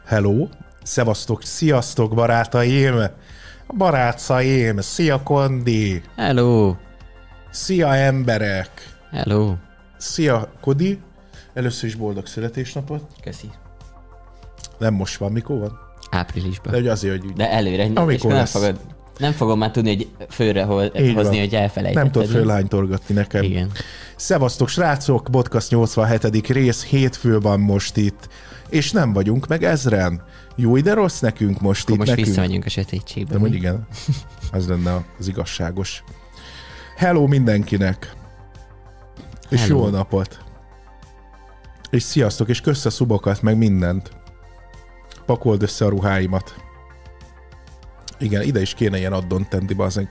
Hello, szevasztok, sziasztok barátaim, barátsaim, szia Kondi. Hello. Szia emberek. Hello. Szia Kodi, először is boldog születésnapot. Köszi. Nem most van, mikor van? Áprilisban. De hogy azért, hogy... De előre, és nem fogom már tudni, hogy fölre hozni, hogy elfelejtetted. Nem tudod fölhánytorgatni nekem. Igen. Szevasztok srácok, podcast 87. rész, hétfő van most itt, és nem vagyunk meg ezren. Jó ide rossz nekünk most akkor itt most nekünk? Visszamegyünk a sötétségbe. De mondj igen, ez lenne az igazságos. Hello mindenkinek, és Hello. jó napot. És sziasztok, és kösz a szubokat, meg mindent. Pakold össze a ruháimat. Igen, ide is kéne ilyen addon tenni, bazdmeg.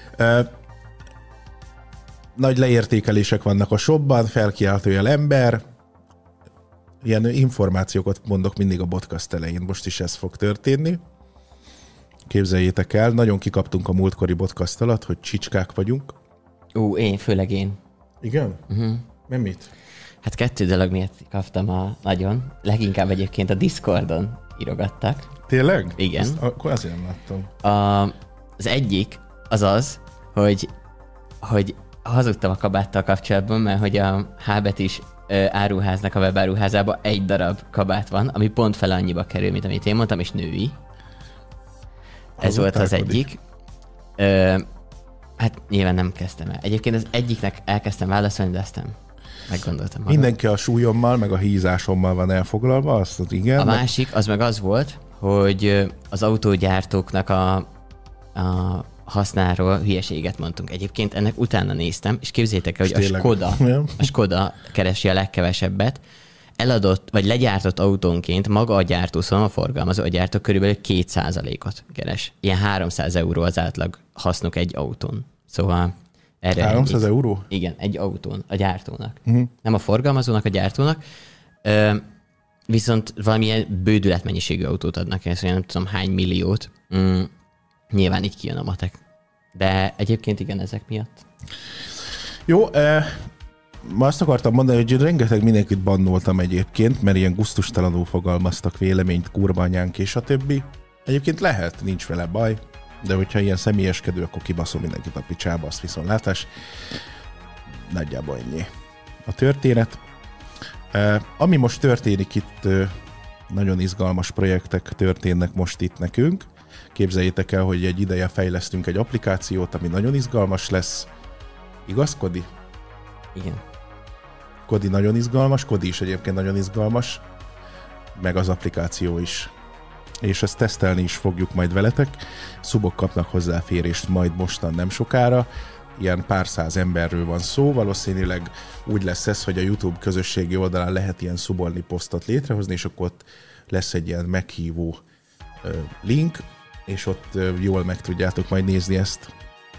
Nagy leértékelések vannak a shopban, felkiáltójel ember. Ilyen információkat mondok mindig a podcast elején, most is ez fog történni. Képzeljétek el, nagyon kikaptunk a múltkori podcast alatt, hogy csicskák vagyunk. Főleg én. Igen? Nem mit? Hát 2 dolog miatt kaptam nagyon. Leginkább egyébként a Discordon írogattak. Tényleg? Igen. Akkor azért nem láttam. Az egyik az, hogy hazudtam a kabáttal kapcsolatban, mert hogy a H betűs áruháznak a webáruházában 1 darab kabát van, ami pont fele annyiba kerül, mint amit én mondtam, és női. Ez volt az egyik. Hát nyilván nem kezdtem el. Egyébként az egyiknek elkezdtem válaszolni, de aztán meggondoltam magam. Mindenki a súlyommal, meg a hízásommal van elfoglalva, azt igen. A másik, az meg az volt, hogy az autógyártóknak a hasznáról hülyeséget mondtunk. Egyébként ennek utána néztem, és képzeljétek el, hogy a Skoda keresi a legkevesebbet. Eladott, vagy legyártott autónként maga a gyártó, szóval a forgalmazó, a gyártó körülbelül 2%-ot keres. Ilyen 300 euró az átlag hasznuk egy autón. Szóval erre 300 euró? Igen, egy autón, a gyártónak. Nem a forgalmazónak, a gyártónak. Viszont valamilyen bődületmennyiségű autót adnak el, szóval nem tudom hány milliót. Nyilván így kijön a matek. De egyébként igen, ezek miatt. Jó, ma azt akartam mondani, hogy rengeteg mindenkit bannoltam egyébként, mert ilyen gusztustalanul fogalmaztak véleményt, kurvanyánk és a többi. Egyébként lehet, nincs vele baj, de hogyha ilyen személyeskedő, akkor kibaszol mindenkit a picsába, azt viszontlátás. Nagyjából ennyi a történet. Ami most történik itt, nagyon izgalmas projektek történnek most itt nekünk. Képzeljétek el, hogy egy ideje fejlesztünk egy applikációt, ami nagyon izgalmas lesz. Igaz, Kodi? Igen. Kodi nagyon izgalmas, Kodi is egyébként nagyon izgalmas, meg az applikáció is. És ezt tesztelni is fogjuk majd veletek. Szubok kapnak hozzáférést majd mostan nem sokára. Ilyen pár száz emberről van szó. Valószínűleg úgy lesz ez, hogy a YouTube közösségi oldalán lehet ilyen szubolni posztot létrehozni, és akkor ott lesz egy ilyen meghívó link, és ott jól meg tudjátok majd nézni ezt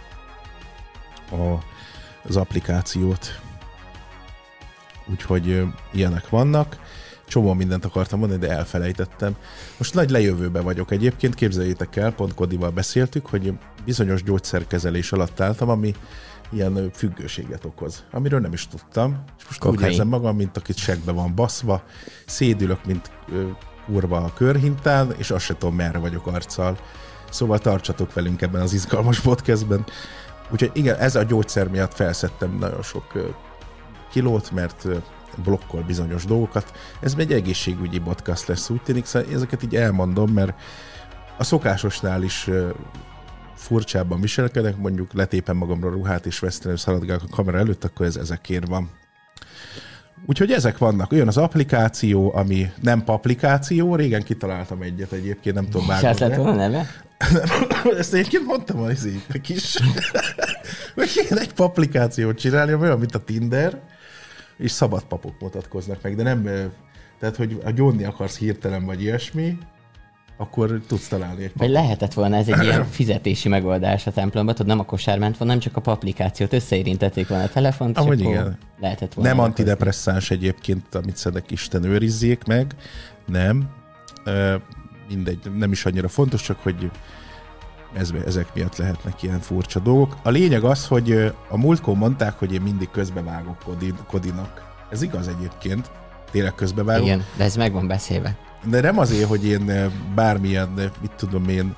az applikációt. Úgyhogy ilyenek vannak. Csomó mindent akartam mondani, de elfelejtettem. Most nagy lejövőben vagyok egyébként, képzeljétek el, pont Kodival beszéltük, hogy bizonyos gyógyszerkezelés alatt álltam, ami ilyen függőséget okoz, amiről nem is tudtam. És most úgy érzem magam, mint akit segbe van baszva, szédülök, mint kurva a körhintán, és azt se tudom, merre vagyok arccal. Szóval tartsatok velünk ebben az izgalmas podcastben. Úgyhogy igen, ez a gyógyszer miatt felszedtem nagyon sok kilót, mert blokkol bizonyos dolgokat. Ez egy egészségügyi podcast lesz, úgy tűnik, szóval ezeket így elmondom, mert a szokásosnál is furcsábban viselkedek, mondjuk letépem magamra ruhát és vesztelenül szaladgálok a kamera előtt, akkor ez ezekért van. Úgyhogy ezek vannak. Olyan az applikáció, ami nem paplikáció. Régen kitaláltam egyet egyébként, nem tudom vágni. És lett volna neve? Ezt egyébként mondtam az évek is. Hogy kéne egy paplikációt csinálni, olyan, mint a Tinder, és szabad papok mutatkoznak meg, de nem, tehát, hogy ha gyónni akarsz hirtelen, vagy ilyesmi, akkor tudsz találni egy papot. Vagy lehetett volna ez egy ilyen fizetési megoldás a templomban, tudod, nem a kosár ment volna, nem csak a paplikációt, összeérintették volna a telefont, és ahogy akkor igen. lehetett volna. Nem antidepresszáns egyébként, amit szedek, Isten őrizzék meg, nem. Mindegy, nem is annyira fontos, csak hogy ezek miatt lehetnek ilyen furcsa dolgok. A lényeg az, hogy a múltkor mondták, hogy én mindig közbevágok Kodinak. Ez igaz egyébként. Tényleg közbevágok. Igen, de ez meg van beszélve. De nem azért, hogy én bármilyen, mit tudom én,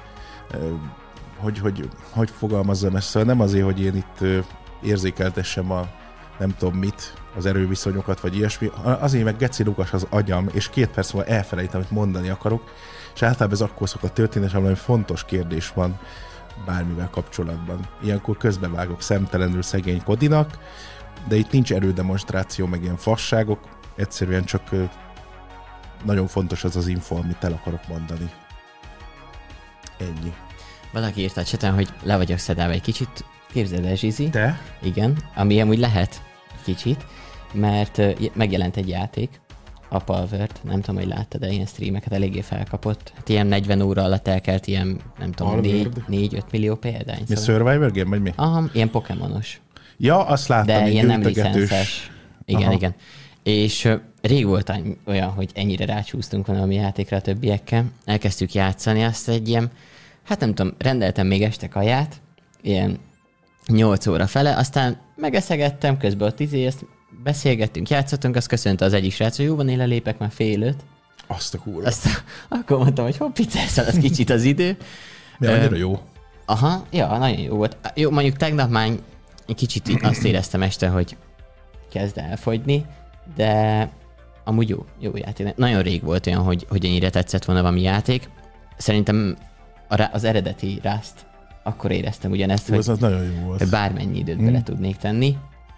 hogy fogalmazzam ezt, szóval nem azért, hogy én itt érzékeltessem a nem tudom mit, az erőviszonyokat, vagy ilyesmi, azért meg geci lukas az agyam, és 2 perc múlva elfelejtem, amit mondani akarok, és általában ez akkor szokott történni, és valami fontos kérdés van bármivel kapcsolatban. Ilyenkor közbevágok szemtelenül szegény Kodinak, de itt nincs erődemonstráció, meg ilyen fasságok, egyszerűen csak nagyon fontos az info, amit el akarok mondani. Ennyi. Valaki írta a chaten, hogy le vagyok szedálva egy kicsit. Képzeld el, Zsizi. Te? Igen, ami amúgy lehet kicsit, mert megjelent egy játék, a Palworld, nem tudom, hogy láttad, de ilyen streameket eléggé felkapott. Hát ilyen 40 óra alatt elkelt ilyen, nem tudom, 4-5 millió példány. Mi szóval. Survivor game, vagy mi? Aha, ilyen pokémonos. Ja, azt láttam, de ilyen nem licenszes. Igen, aha. Igen. És rég volt olyan, hogy ennyire rácsúsztunk valami játékra a többiekkel. Elkezdtük játszani azt egy ilyen, hát nem tudom, rendeltem még este kaját, ilyen 8 óra fele, aztán megeszegettem, közben ott ezt beszélgettünk, játszottunk, azt köszönte az egyik srác, hogy jó van, én lelépek már 4:30. Azt a kurva. Aztán akkor mondtam, hogy hopp, itt elszaladt kicsit az idő. De annyira jó. Aha, ja, nagyon jó volt. Jó, mondjuk tegnap már egy kicsit azt éreztem este, hogy kezd elfogyni, de amúgy jó játék. Nagyon rég volt olyan, hogy ennyire tetszett volna valami játék. Szerintem az eredeti Rust, akkor éreztem ugyanezt, hogy az nagyon jó volt. Bármennyi időt bele tudnék tenni.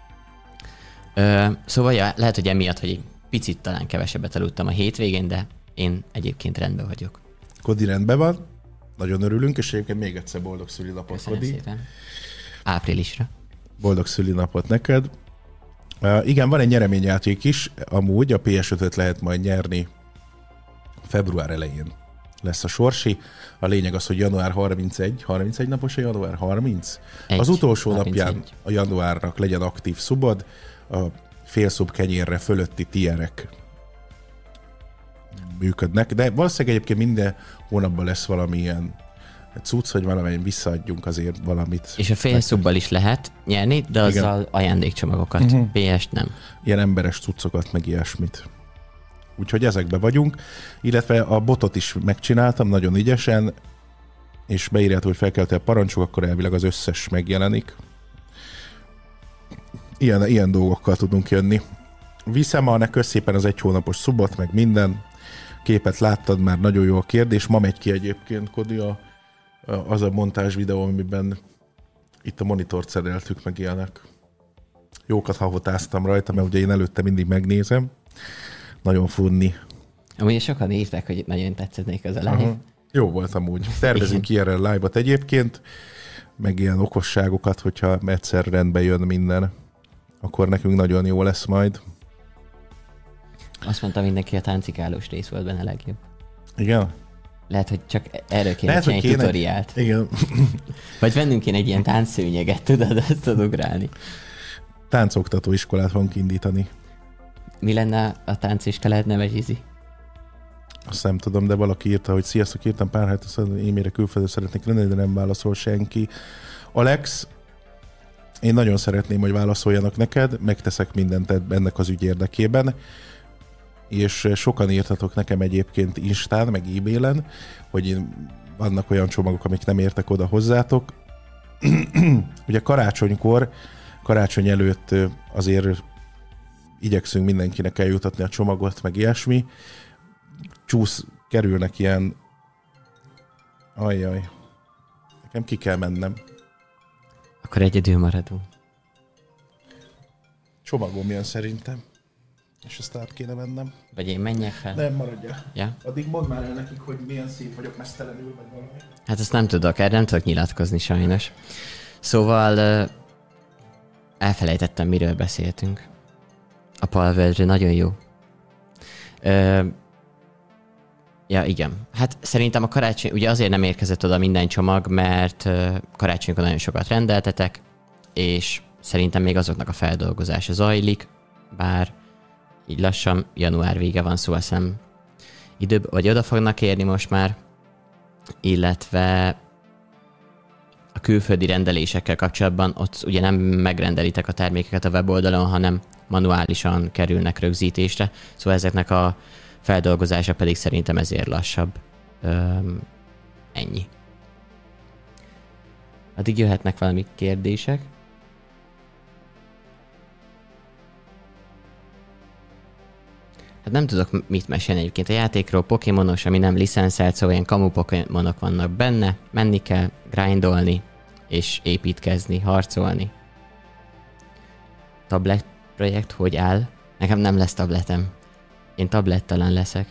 Szóval ja, lehet, hogy emiatt, hogy egy picit talán kevesebbet aludtam a hétvégén, de én egyébként rendben vagyok. Kodi rendben van, nagyon örülünk, és egyébként még egyszer boldog szülinapot, Kodi. Szépen. Áprilisra. Boldog szülinapot neked. Igen, van egy nyereményjáték is, amúgy a PS5-öt lehet majd nyerni február elején. Lesz a sorsi. A lényeg az, hogy január 31 napos a január 30? Az utolsó 31. napján a januárnak legyen aktív szubod, a félszub kenyérre fölötti tierek működnek, de valószínűleg egyébként minden hónapban lesz valamilyen cucc, hogy valamilyen visszaadjunk azért valamit. És a félszubbal is lehet nyerni, de azzal igen. Ajándékcsomagokat. PS nem. Ilyen emberes cuccokat, meg ilyesmit. Úgyhogy ezekbe vagyunk, illetve a botot is megcsináltam nagyon ügyesen, és beírjátok, hogy felkeltél a parancsok, akkor elvileg az összes megjelenik. Ilyen dolgokkal tudunk jönni. Viszem a neked szépen az 1 hónapos szubot, meg minden. Képet láttad, már nagyon jó a kérdés. Ma megy ki egyébként, Kodi, az a montázs videó, amiben itt a monitort szereltük, meg ilyenek. Jókat havotáztam rajta, mert ugye én előtte mindig megnézem. Nagyon funni. Amúgy sokan írták, hogy nagyon tetszetnék az a live. Jó volt amúgy. Tervezünk ilyenre live-ot egyébként, meg ilyen okosságokat, hogyha egyszer rendbe jön minden, akkor nekünk nagyon jó lesz majd. Azt mondta mindenki, a táncikálós rész volt benne legjobb. Igen? Lehet, hogy csak erről kéne csinálni egy tutoriált. Igen. Vagy vennünk kéne egy ilyen táncszőnyeget, tudod, azt tud ugrálni. Táncoktató iskolát fogunk indítani. Mi lenne a tánciskolát neve, Zsizi? Azt nem tudom, de valaki írta, hogy sziasztok, írtam pár hát, hogy e-mailre külföldön szeretnék lenni, de nem válaszol senki. Alex, én nagyon szeretném, hogy válaszoljanak neked, megteszek mindent ennek az ügy érdekében, és sokan írtatok nekem egyébként Instán, meg e-mailen, hogy vannak olyan csomagok, amik nem értek oda hozzátok. Ugye karácsony előtt azért igyekszünk mindenkinek eljutatni a csomagot, meg ilyesmi. Kerülnek ilyen... Ajjaj. Nekem ki kell mennem. Akkor egyedül maradunk. Csomagom jön szerintem. És ezt át kéne vennem. Vagy én menjek fel? Nem, maradjál. Ja? Addig mondd már el nekik, hogy milyen szép vagyok, mesztelenül, vagy valami. Hát ezt nem tudok, erre nem tudok nyilatkozni sajnos. Szóval elfelejtettem, miről beszéltünk. A Palworldről nagyon jó. Ja, igen. Hát szerintem a karácsony, ugye azért nem érkezett oda minden csomag, mert karácsonykor nagyon sokat rendeltetek, és szerintem még azoknak a feldolgozása zajlik, bár így lassan január vége van, szóval szem időbb, vagy oda fognak érni most már, illetve a külföldi rendelésekkel kapcsolatban ott ugye nem megrendelitek a termékeket a weboldalon, hanem manuálisan kerülnek rögzítésre, szóval ezeknek a feldolgozása pedig szerintem ezért lassabb. Ennyi. Addig jöhetnek valami kérdések. Hát nem tudok mit mesélni egyébként a játékról. Pokémonos, ami nem licenszelt, szóval ilyen kamu Pokémonok vannak benne. Menni kell, grindolni, és építkezni, harcolni. Tablet projekt hogy áll? Nekem nem lesz tabletem. Én tablettalan leszek.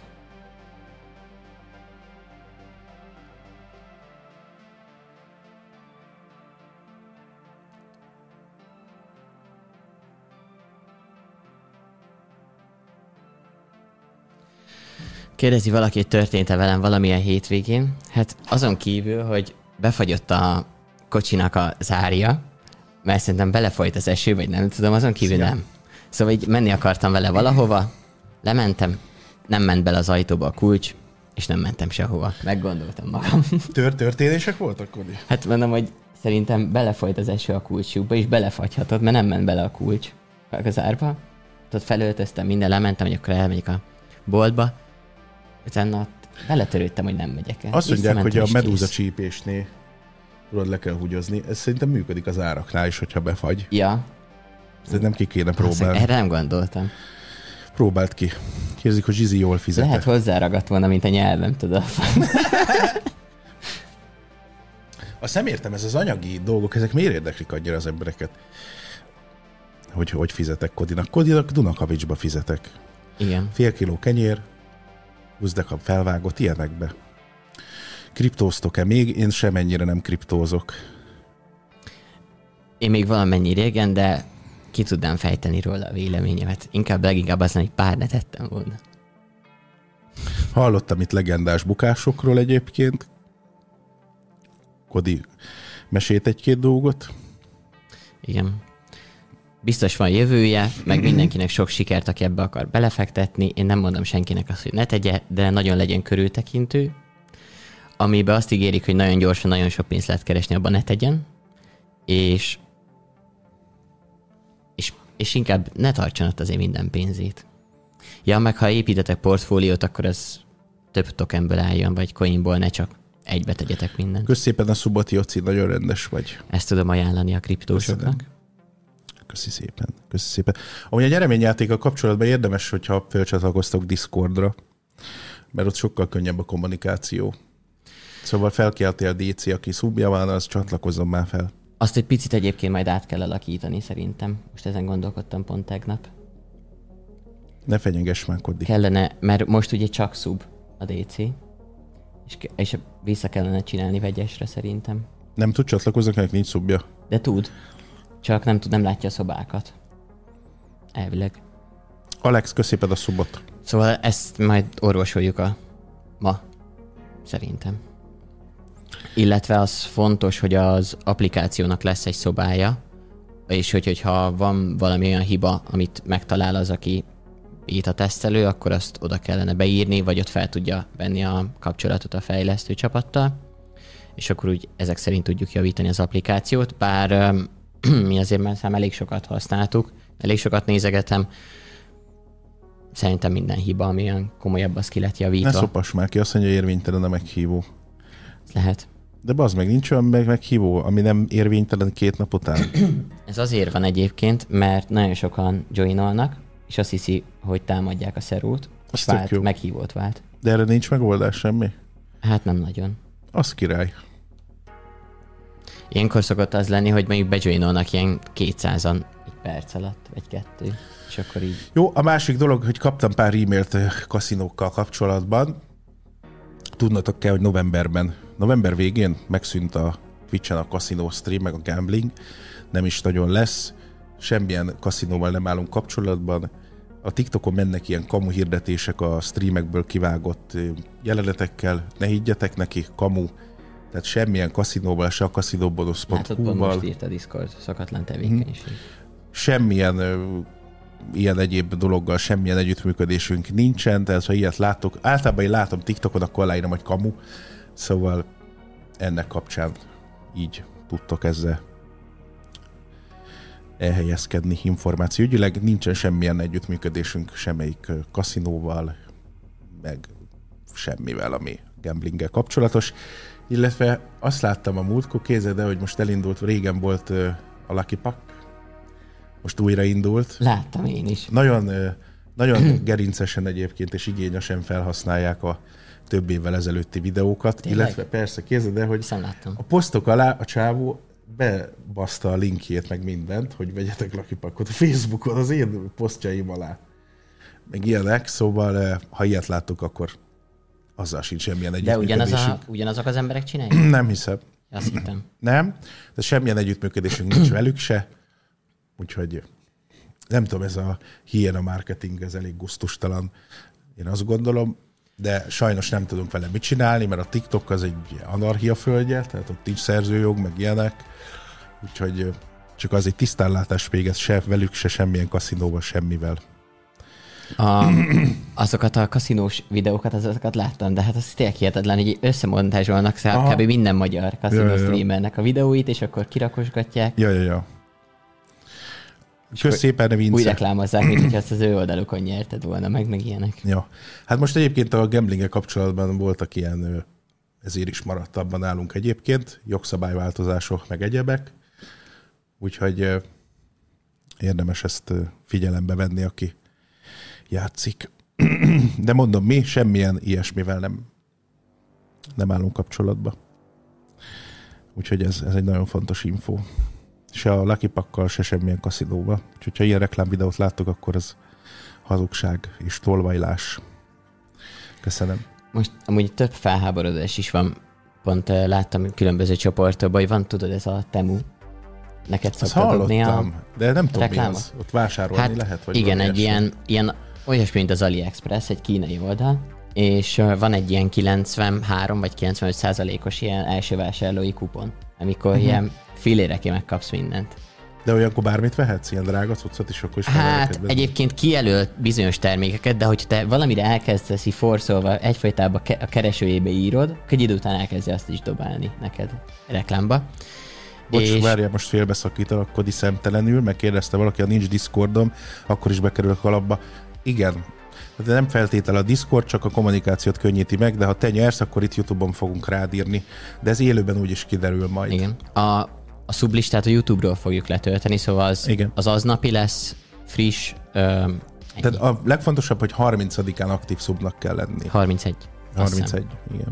Kérdezi valaki, hogy történt-e velem valamilyen hétvégén. Hát azon kívül, hogy befagyott a kocsinak a zárja, mert szerintem belefolyt az eső, vagy nem tudom, azon kívül nem. Szóval így menni akartam vele valahova, lementem, nem ment bele az ajtóba a kulcs, és nem mentem sehova. Meggondoltam magam. Történések voltak, Kodi? Hát mondom, hogy szerintem belefolyt az eső a kulcsjukba, és belefagyhatott, mert nem ment bele a kulcs a zárba. Ott felöltöztem, minden, lementem, hogy akkor elmegyek a boltba. Utána beletörődtem, hogy nem megyek el. Azt mondják, hogy a medúza csípésnél tudod, le kell húgyozni. Ez szerintem működik az áraknál is, hogyha befagy. Ja. Szerintem ki kéne próbálni. Erre nem gondoltam. Próbáld ki. Kérdezik, hogy Zsizi jól fizet. Lehet hozzáragadt volna, mint a nyelvem, tudod. Azt nem értem, ez az anyagi dolgok, ezek miért érdeklik annyira az embereket? Hogy fizetek Kodinak? Kodinak Dunakavicsba fizetek. Igen. Fél kiló kenyér, húzdekap felvágott, ilyenekbe. Kriptóztok-e még? Én semennyire nem kriptózok. Én még valamennyi régen, de ki tudnám fejteni róla a véleményemet. Leginkább azt mondom, hogy pár ne tettem volna. Hallottam itt legendás bukásokról egyébként. Kodi mesélt egy-két dolgot. Igen. Biztos van jövője, meg mindenkinek sok sikert, aki ebbe akar belefektetni. Én nem mondom senkinek azt, hogy ne tegye, de nagyon legyen körültekintő. Amiben azt ígérik, hogy nagyon gyorsan, nagyon sok pénzt lehet keresni, abban ne tegyen. És inkább ne tartson ott azért minden pénzét. Ja, meg ha építetek portfóliót, akkor az több tokenből álljon, vagy coinból, ne csak egybe tegyetek mindent. Kösz szépen a Szubati Oci, nagyon rendes vagy. Ezt tudom ajánlani a kriptósoknak. Köszi szépen. Köszi szépen. Amúgy a nyereményjátékkal kapcsolatban érdemes, hogyha felcsatlakoztok Discordra, mert ott sokkal könnyebb a kommunikáció. Szóval felkeltél DC, aki szubja van, az csatlakozzon már fel. Azt egy picit egyébként majd át kell alakítani szerintem. Most ezen gondolkodtam pont tegnap. Ne fenyegess már, Kodi. Kellene, mert most ugye csak szub a DC, és vissza kellene csinálni vegyesre szerintem. Nem tud csatlakozni, akinek nincs szubja? De tud. Csak nem látja a szobákat. Elvileg. Alex, köszéped a szubot. Szóval ezt majd orvosoljuk ma. Szerintem. Illetve az fontos, hogy az applikációnak lesz egy szobája, és hogyha van valami olyan hiba, amit megtalál az, aki itt a tesztelő, akkor azt oda kellene beírni, vagy ott fel tudja venni a kapcsolatot a fejlesztő csapattal, és akkor úgy ezek szerint tudjuk javítani az applikációt, bár mi azért már elég sokat használtuk, elég sokat nézegetem, szerintem minden hiba, ami olyan komolyabb, az ki lett javítva. Ne szopass már ki, azt mondja, érvénytelen a meghívó. Lehet. De bazd meg, nincs olyan meghívó, ami nem érvénytelen 2 nap után. Ez azért van egyébként, mert nagyon sokan joinolnak, és azt hiszi, hogy támadják a szerút, és meghívót vált. De erre nincs megoldás semmi? Hát nem nagyon. Az király. Ilyenkor szokott az lenni, hogy mondjuk bejoinolnak ilyen 200-an egy perc alatt, vagy 2, és akkor így... Jó, a másik dolog, hogy kaptam pár e-mailt kaszinókkal kapcsolatban. Tudnatok kell, hogy november végén megszűnt a Twitch-en a kaszinó stream, meg a gambling. Nem is nagyon lesz. Semmilyen kaszinóval nem állunk kapcsolatban. A TikTokon mennek ilyen kamu hirdetések a streamekből kivágott jelenetekkel. Ne higgyetek neki, kamu. Tehát semmilyen kaszinóval, se a kaszinóbonus.hu-val. Most írt a Discord, szokatlan tevékenység. Semmilyen ilyen egyéb dologgal, semmilyen együttműködésünk nincsen, tehát ha ilyet látok, általában én látom TikTokon, akkor aláírom, hogy kamu. Szóval ennek kapcsán így tudtok ezzel elhelyezkedni információügyileg. Nincsen semmilyen együttműködésünk semmelyik kaszinóval, meg semmivel, ami gamblinggel kapcsolatos. Illetve azt láttam a múltkor, képzeld el, hogy most elindult, régen volt a Lucky Puck, most újraindult. Láttam én is. Nagyon gerincesen egyébként és igényesen felhasználják a több évvel ezelőtti videókat. Tényleg? Illetve persze, képzeld el, hogy a posztok alá a csávó bebaszta a linkjét, meg mindent, hogy vegyetek Lucky Puckot a Facebookon az én posztjaim alá. Meg ilyenek, szóval ha ilyet láttuk, akkor azzal sincs semmilyen együttműködésünk. De ugyanazok az emberek csinálják? Nem hiszem. Azt hittem. Nem, de semmilyen együttműködésünk nincs velük se, úgyhogy nem tudom, ez a hiena marketing, ez elég gusztustalan, én azt gondolom, de sajnos nem tudunk vele mit csinálni, mert a TikTok az egy anarchia földje, tehát ott nincs szerzőjog, meg ilyenek, úgyhogy csak az egy tisztánlátás végez se velük, se semmilyen kaszinóval, semmivel. Azokat a kaszinós videókat, azokat láttam, de hát az tényleg hihetetlen, hogy összemontázsolnak kb. Minden magyar kaszinó streamernek a videóit, és akkor kirakosgatják. Ja. Kösz szépen, ne Vince. Úgy reklámozzák, mint hogy azt az ő oldalukon nyerted volna, meg ilyenek. Ja. Hát most egyébként a gambling-e kapcsolatban voltak ilyen, ezért is maradt abban nálunk egyébként, jogszabályváltozások, meg egyebek, úgyhogy érdemes ezt figyelembe venni, aki játszik. De mondom, mi semmilyen ilyesmivel nem állunk kapcsolatba. Úgyhogy ez egy nagyon fontos info. Se a Lucky Puckkal, se semmilyen kaszinóba. Úgyhogy ha ilyen reklámvideót láttok, akkor ez hazugság és tolvajlás. Köszönöm. Most amúgy több felháborodás is van. Pont láttam különböző csoportokban, hogy van, tudod, ez a Temu. Neked szoktad dobni a de nem tudom reklámot? Mi az. Ott vásárolni lehet, vagy igen, egy ilyen olyasmi, mint az AliExpress, egy kínai oldal, és van egy ilyen 93 vagy 95%-os ilyen első vásárlói kupon, amikor ilyen fillérekké megkapsz mindent. De olyankor bármit vehetsz, ilyen drága cuccot is, akkor is hát egyébként kijelölt bizonyos termékeket, de hogyha te valamire elkezdesz így forszolva egyfajtában a keresőjébe írod, akkor egy idő után elkezdi azt is dobálni neked reklámba. Bocs, várjál, most félbeszakítalak Kodi szemtelenül, megkérdezte valaki, ha nincs Discordom, akkor is bekerülök alapba. Igen, de nem feltétel a Discord, csak a kommunikációt könnyíti meg, de ha te nyersz, akkor itt YouTube-on fogunk rád írni. De ez élőben úgyis kiderül majd. Igen. A sublistát a YouTube-ról fogjuk letölteni, szóval az aznapi lesz, friss. Tehát a legfontosabb, hogy 30-án aktív subnak kell lenni. 31. 31, igen.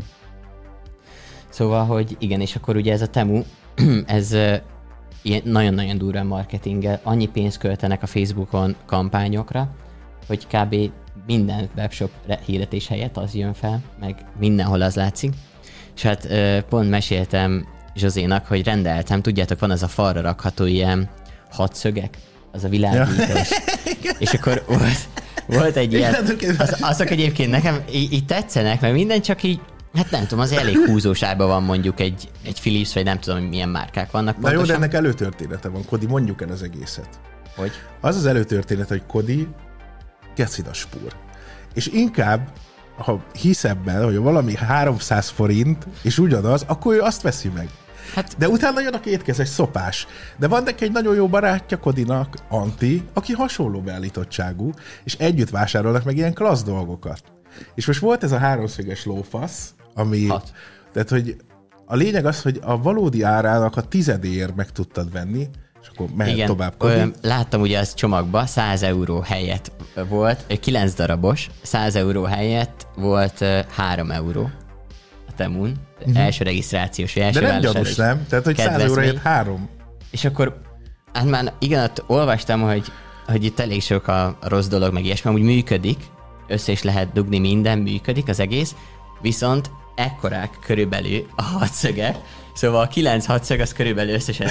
Szóval, hogy igen, és akkor ugye ez a Temu, ez ilyen nagyon-nagyon durván marketinggel. Annyi pénzt költenek a Facebookon kampányokra, hogy kb. Minden webshop hirdetés helyett az jön fel, meg mindenhol az látszik. És hát pont meséltem Zsozénak, hogy rendeltem, tudjátok, van az a falra rakható ilyen hatszögek, az a világítós. És akkor volt egy ilyen, azok egyébként nekem így tetszenek, mert minden csak így, hát nem tudom, az elég húzós árban van mondjuk egy Philips, vagy nem tudom, milyen márkák vannak pontosan. Na jó, de ennek előtörténete van, Kodi, mondjuk el az egészet. Hogy? Az előtörténet, hogy Kodi kecidas spúr. És inkább, ha hisz ebben, hogy valami 300 forint, és ugyanaz, akkor ő azt veszi meg. Hát, de utána jön a kétkezes szopás. De van neki egy nagyon jó barátja Kodinak, Anti, aki hasonló beállítottságú, és együtt vásárolnak meg ilyen klassz dolgokat. És most volt ez a háromszöges lófasz, ami... Tehát, hogy a lényeg az, hogy a valódi árának a tizedéért meg tudtad venni, és akkor mehet tovább. Láttam ugye az csomagba, 100 euró helyett volt, 9 darabos, 100 euró helyett volt 3 euró a Temun. Első regisztrációs, első de nem gyanús, nem? Tehát, hogy 100 euró helyett 3. És akkor, hát már igen, olvastam, hogy itt elég sok a rossz dolog, meg ilyesmi, úgy működik, össze is lehet dugni, minden működik, az egész, viszont ekkorák körülbelül a hatszögek, szóval a 9 hatszög az körülbelül összesen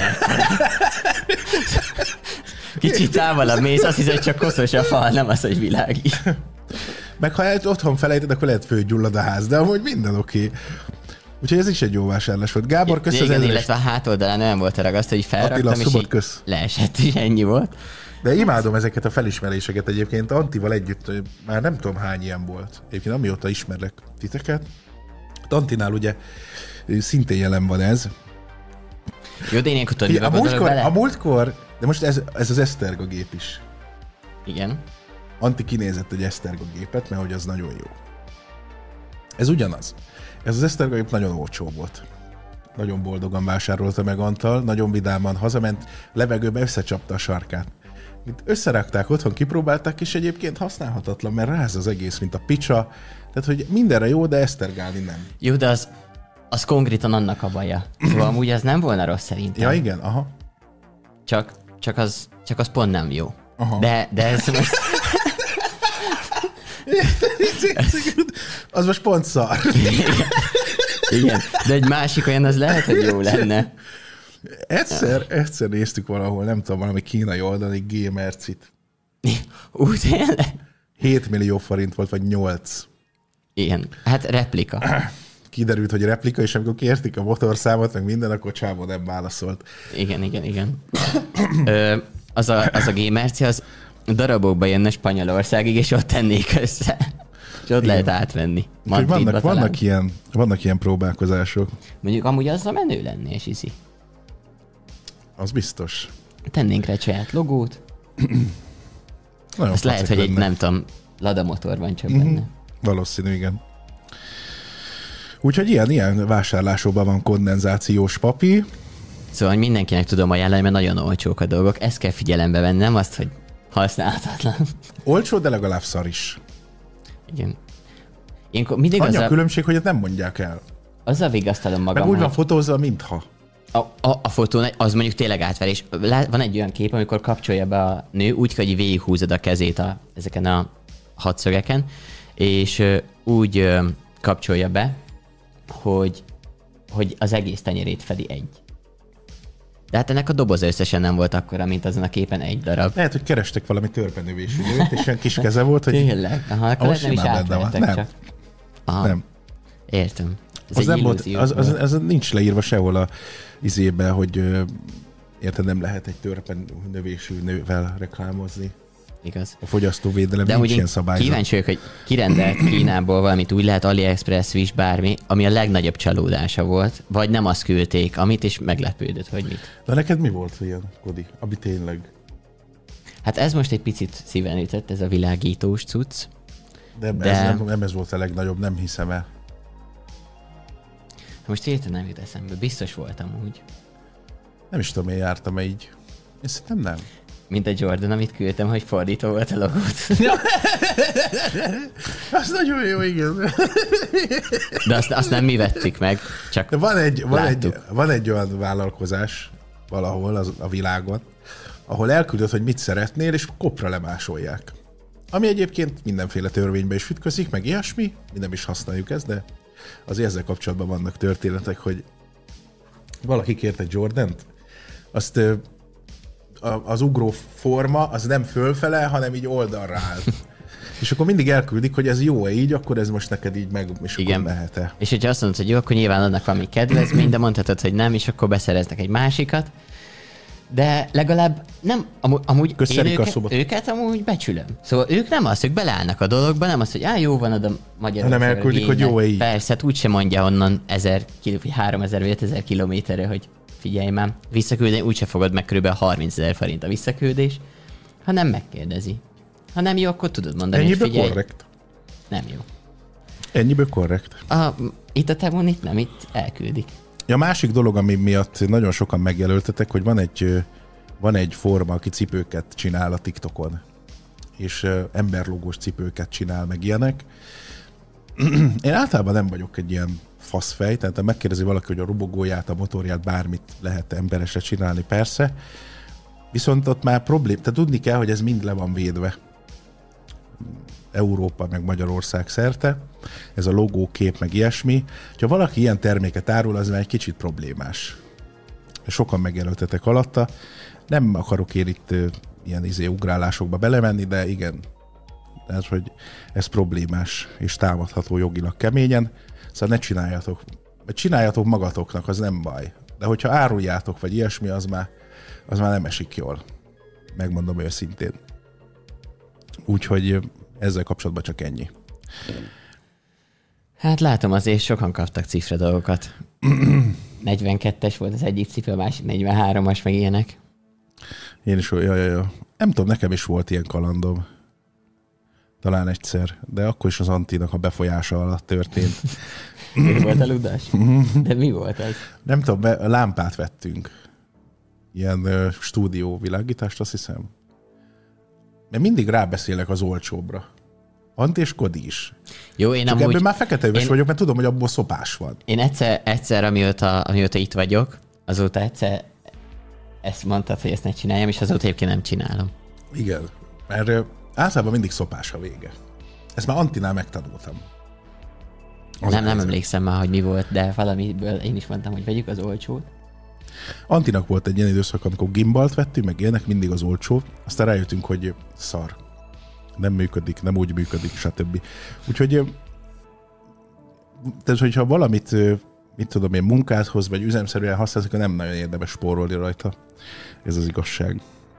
kicsit távolabb mész, azt hiszed, csak koszos a fal, nem az, hogy világít. Meg ha otthon felejted, akkor lehet fölgyullad a ház, de amúgy minden oké. Úgyhogy ez is egy jó vásárlás volt. Gábor, köszönöm. Illetve a hátoldalán olyan volt a ragasztó, hogy felraktam, és így leesett, és ennyi volt. De imádom ezeket a felismeréseket egyébként. Antival együtt már nem tudom hány ilyen volt. Egyébként amióta ismerlek titeket. Antinál ugye szintén jelen van ez. Jó, de én ilyenkor tudom, a múltkor, de most ez az Eszterga gép is. Igen. Anti kinézett egy Eszterga gépet, mert hogy az nagyon jó. Ez ugyanaz. Ez az esztergomip nagyon olcsó volt. Nagyon boldogan vásárolta meg Antal, nagyon vidáman hazament, levegőbe összecsapta a sarkát. Mint összerakták otthon, kipróbálták, és egyébként használhatatlan, mert ráz az egész, mint a picsa. Tehát, hogy mindenre jó, de esztergálni nem. Jó, de az konkrétan annak a baja. Szóval amúgy az nem volna rossz szerintem. Ja, igen, aha. Csak az pont nem jó. Aha. De ez most... Az most pont szar. Igen, de egy másik olyan az lehet, hogy jó lenne. Egyszer néztük valahol, nem tudom, valami kínai oldali G-mercit. Tényleg? 7 millió forint volt, vagy 8. Igen, hát replika. Kiderült, hogy replika, és amikor kértik a motorszámot, meg minden, akkor csávó nem válaszolt. Igen. Az a G-merci, az darabokba jönne Spanyolországig, és ott tennék össze. És ott lehet átvenni. Vannak ilyen próbálkozások. Mondjuk amúgy az a menő lenne, és iszi. Az biztos. Tennénk rá egy saját logót. Azt lehet, hogy egy, nem tudom, Lada motor van csak benne. Valószínű, igen. Úgyhogy ilyen vásárlásokban van kondenzációs papír. Szóval mindenkinek tudom ajánlani, mert nagyon olcsók a dolgok. Ezt kell figyelembe venni, nem azt, hogy használhatatlan. Olcsó, de legalább szar is. Igen. Mindig annyi a különbség, hogy ezt nem mondják el. Azzal vigasztalom magam. Meg úgy van fotózva, mintha. A fotón az mondjuk tényleg átverés. Van egy olyan kép, amikor kapcsolja be a nő, úgy, hogy végighúzod a kezét ezeken a hatszögeken, és úgy kapcsolja be, hogy az egész tenyerét fedi egy. De hát ennek a doboza összesen nem volt akkora, mint azon a képen egy darab. Lehet, hogy kerestek valami törpenövésű nőt, és olyan kis keze volt, hogy... Tényleg? Aha, akkor nem is átvertek csak. Aha. Nem. Értem. Az nem volt, az nincs leírva sehol a izében, hogy érted, nem lehet egy törpenövésű nővel reklámozni. Igaz. A fogyasztóvédelem nincs ilyen szabályzat. Kíváncsi vagyok, hogy kirendelt Kínából valamit, úgy lehet AliExpress, Wish, bármi, ami a legnagyobb csalódása volt, vagy nem azt küldték, amit, és meglepődött, hogy mit. De neked mi volt ilyen, Kodi, ami tényleg? Hát ez most egy picit szíven ütött, ez a világítós cucc. De nem ez volt a legnagyobb, nem hiszem el. Most érted, nem jut eszembe. Biztos voltam úgy. Nem is tudom, én jártam így. Én szerintem nem. Mint a Jordan, amit küldtem, hogy fordító volt a logót. Az nagyon jó, igen. De azt nem mi vettük meg, csak de van egy olyan vállalkozás valahol a világon, ahol elküldött, hogy mit szeretnél, és kopra lemásolják. Ami egyébként mindenféle törvénybe is ütközik, meg ilyesmi, mi nem is használjuk ezt, de azért ezzel kapcsolatban vannak történetek, hogy valaki kért egy Jordant, azt az ugró forma az nem fölfele, hanem így oldalra áll. És akkor mindig elküldik, hogy ez jó-e így, akkor ez most neked így meg, és igen. Akkor mehet-e. És hogyha azt mondod, hogy jó, akkor nyilván adnak valami kedvezmény, de mondhatod, hogy nem, és akkor beszereznek egy másikat. De legalább nem, amúgy én őket amúgy becsülöm. Szóval ők nem az, ők beleállnak a dologba, nem az, hogy jó van oda Magyarországon. Nem elküldik, hogy jó-e így. Persze, hát úgysem mondja onnan 3000 vagy 5000 kilométerre, hogy figyelj már, visszaküldeni, úgyse fogod meg kb. 30 000 forint a visszaküldés, ha nem megkérdezi. Ha nem jó, akkor tudod mondani, ennyiből hogy figyelj. Korrekt. Nem jó. Ennyiből korrekt. Itt a Temon itt nem, itt elküldik. A másik dolog, ami miatt nagyon sokan megjelöltetek, hogy van egy forma, aki cipőket csinál a TikTokon, és emberlogós cipőket csinál, meg ilyenek. Én általában nem vagyok egy ilyen faszfej, tehát ha megkérdezi valaki, hogy a robogóját, a motorját, bármit lehet emberesre csinálni, persze. Viszont ott már problém, tehát tudni kell, hogy ez mind le van védve. Európa, meg Magyarország szerte. Ez a logókép, meg ilyesmi. Ha valaki ilyen terméket árul, az már egy kicsit problémás. Sokan megjelöltetek alatta. Nem akarok én itt ilyen ugrálásokba belemenni, de igen. Tehát, hogy ez problémás, és támadható jogilag keményen. Szóval ne csináljatok. Vagy csináljatok magatoknak, az nem baj. De hogyha áruljátok, vagy ilyesmi, az már nem esik jól. Megmondom őszintén. Úgyhogy ezzel kapcsolatban csak ennyi. Hát látom, azért sokan kaptak cifra dolgokat. 42-es volt az egyik cipő, a másik 43-as, meg ilyenek. Én is, ja. Nem tudom, nekem is volt ilyen kalandom. talán egyszer, de akkor is az Antinak a befolyása alatt történt. Mi volt a ludás? De mi volt ez? Nem tudom, lámpát vettünk. Ilyen stúdió világítást, azt hiszem. Mert mindig rábeszélek az olcsóbbra. Anti és Kodi is. Jó, én csak amúgy... ebből már feketeüves vagyok, mert tudom, hogy abból szopás van. Én egyszer amióta itt vagyok, azóta egyszer ezt mondtad, hogy ezt ne csináljam, és azóta egyébként nem csinálom. Igen, mert általában mindig szopás a vége. Ezt már Antinál megtanultam. Nem emlékszem már, hogy mi volt, de valamiből én is mondtam, hogy vegyük az olcsót. Antinak volt egy ilyen időszak, amikor gimbalt vettünk, meg ilyenek, mindig az olcsó. Aztán rájöttünk, hogy szar. Nem működik, nem úgy működik, stb. Úgyhogy tehát, hogyha valamit, mit tudom én, munkádhoz, vagy üzemszerűen használsz, akkor nem nagyon érdemes spórolni rajta. Ez az igazság.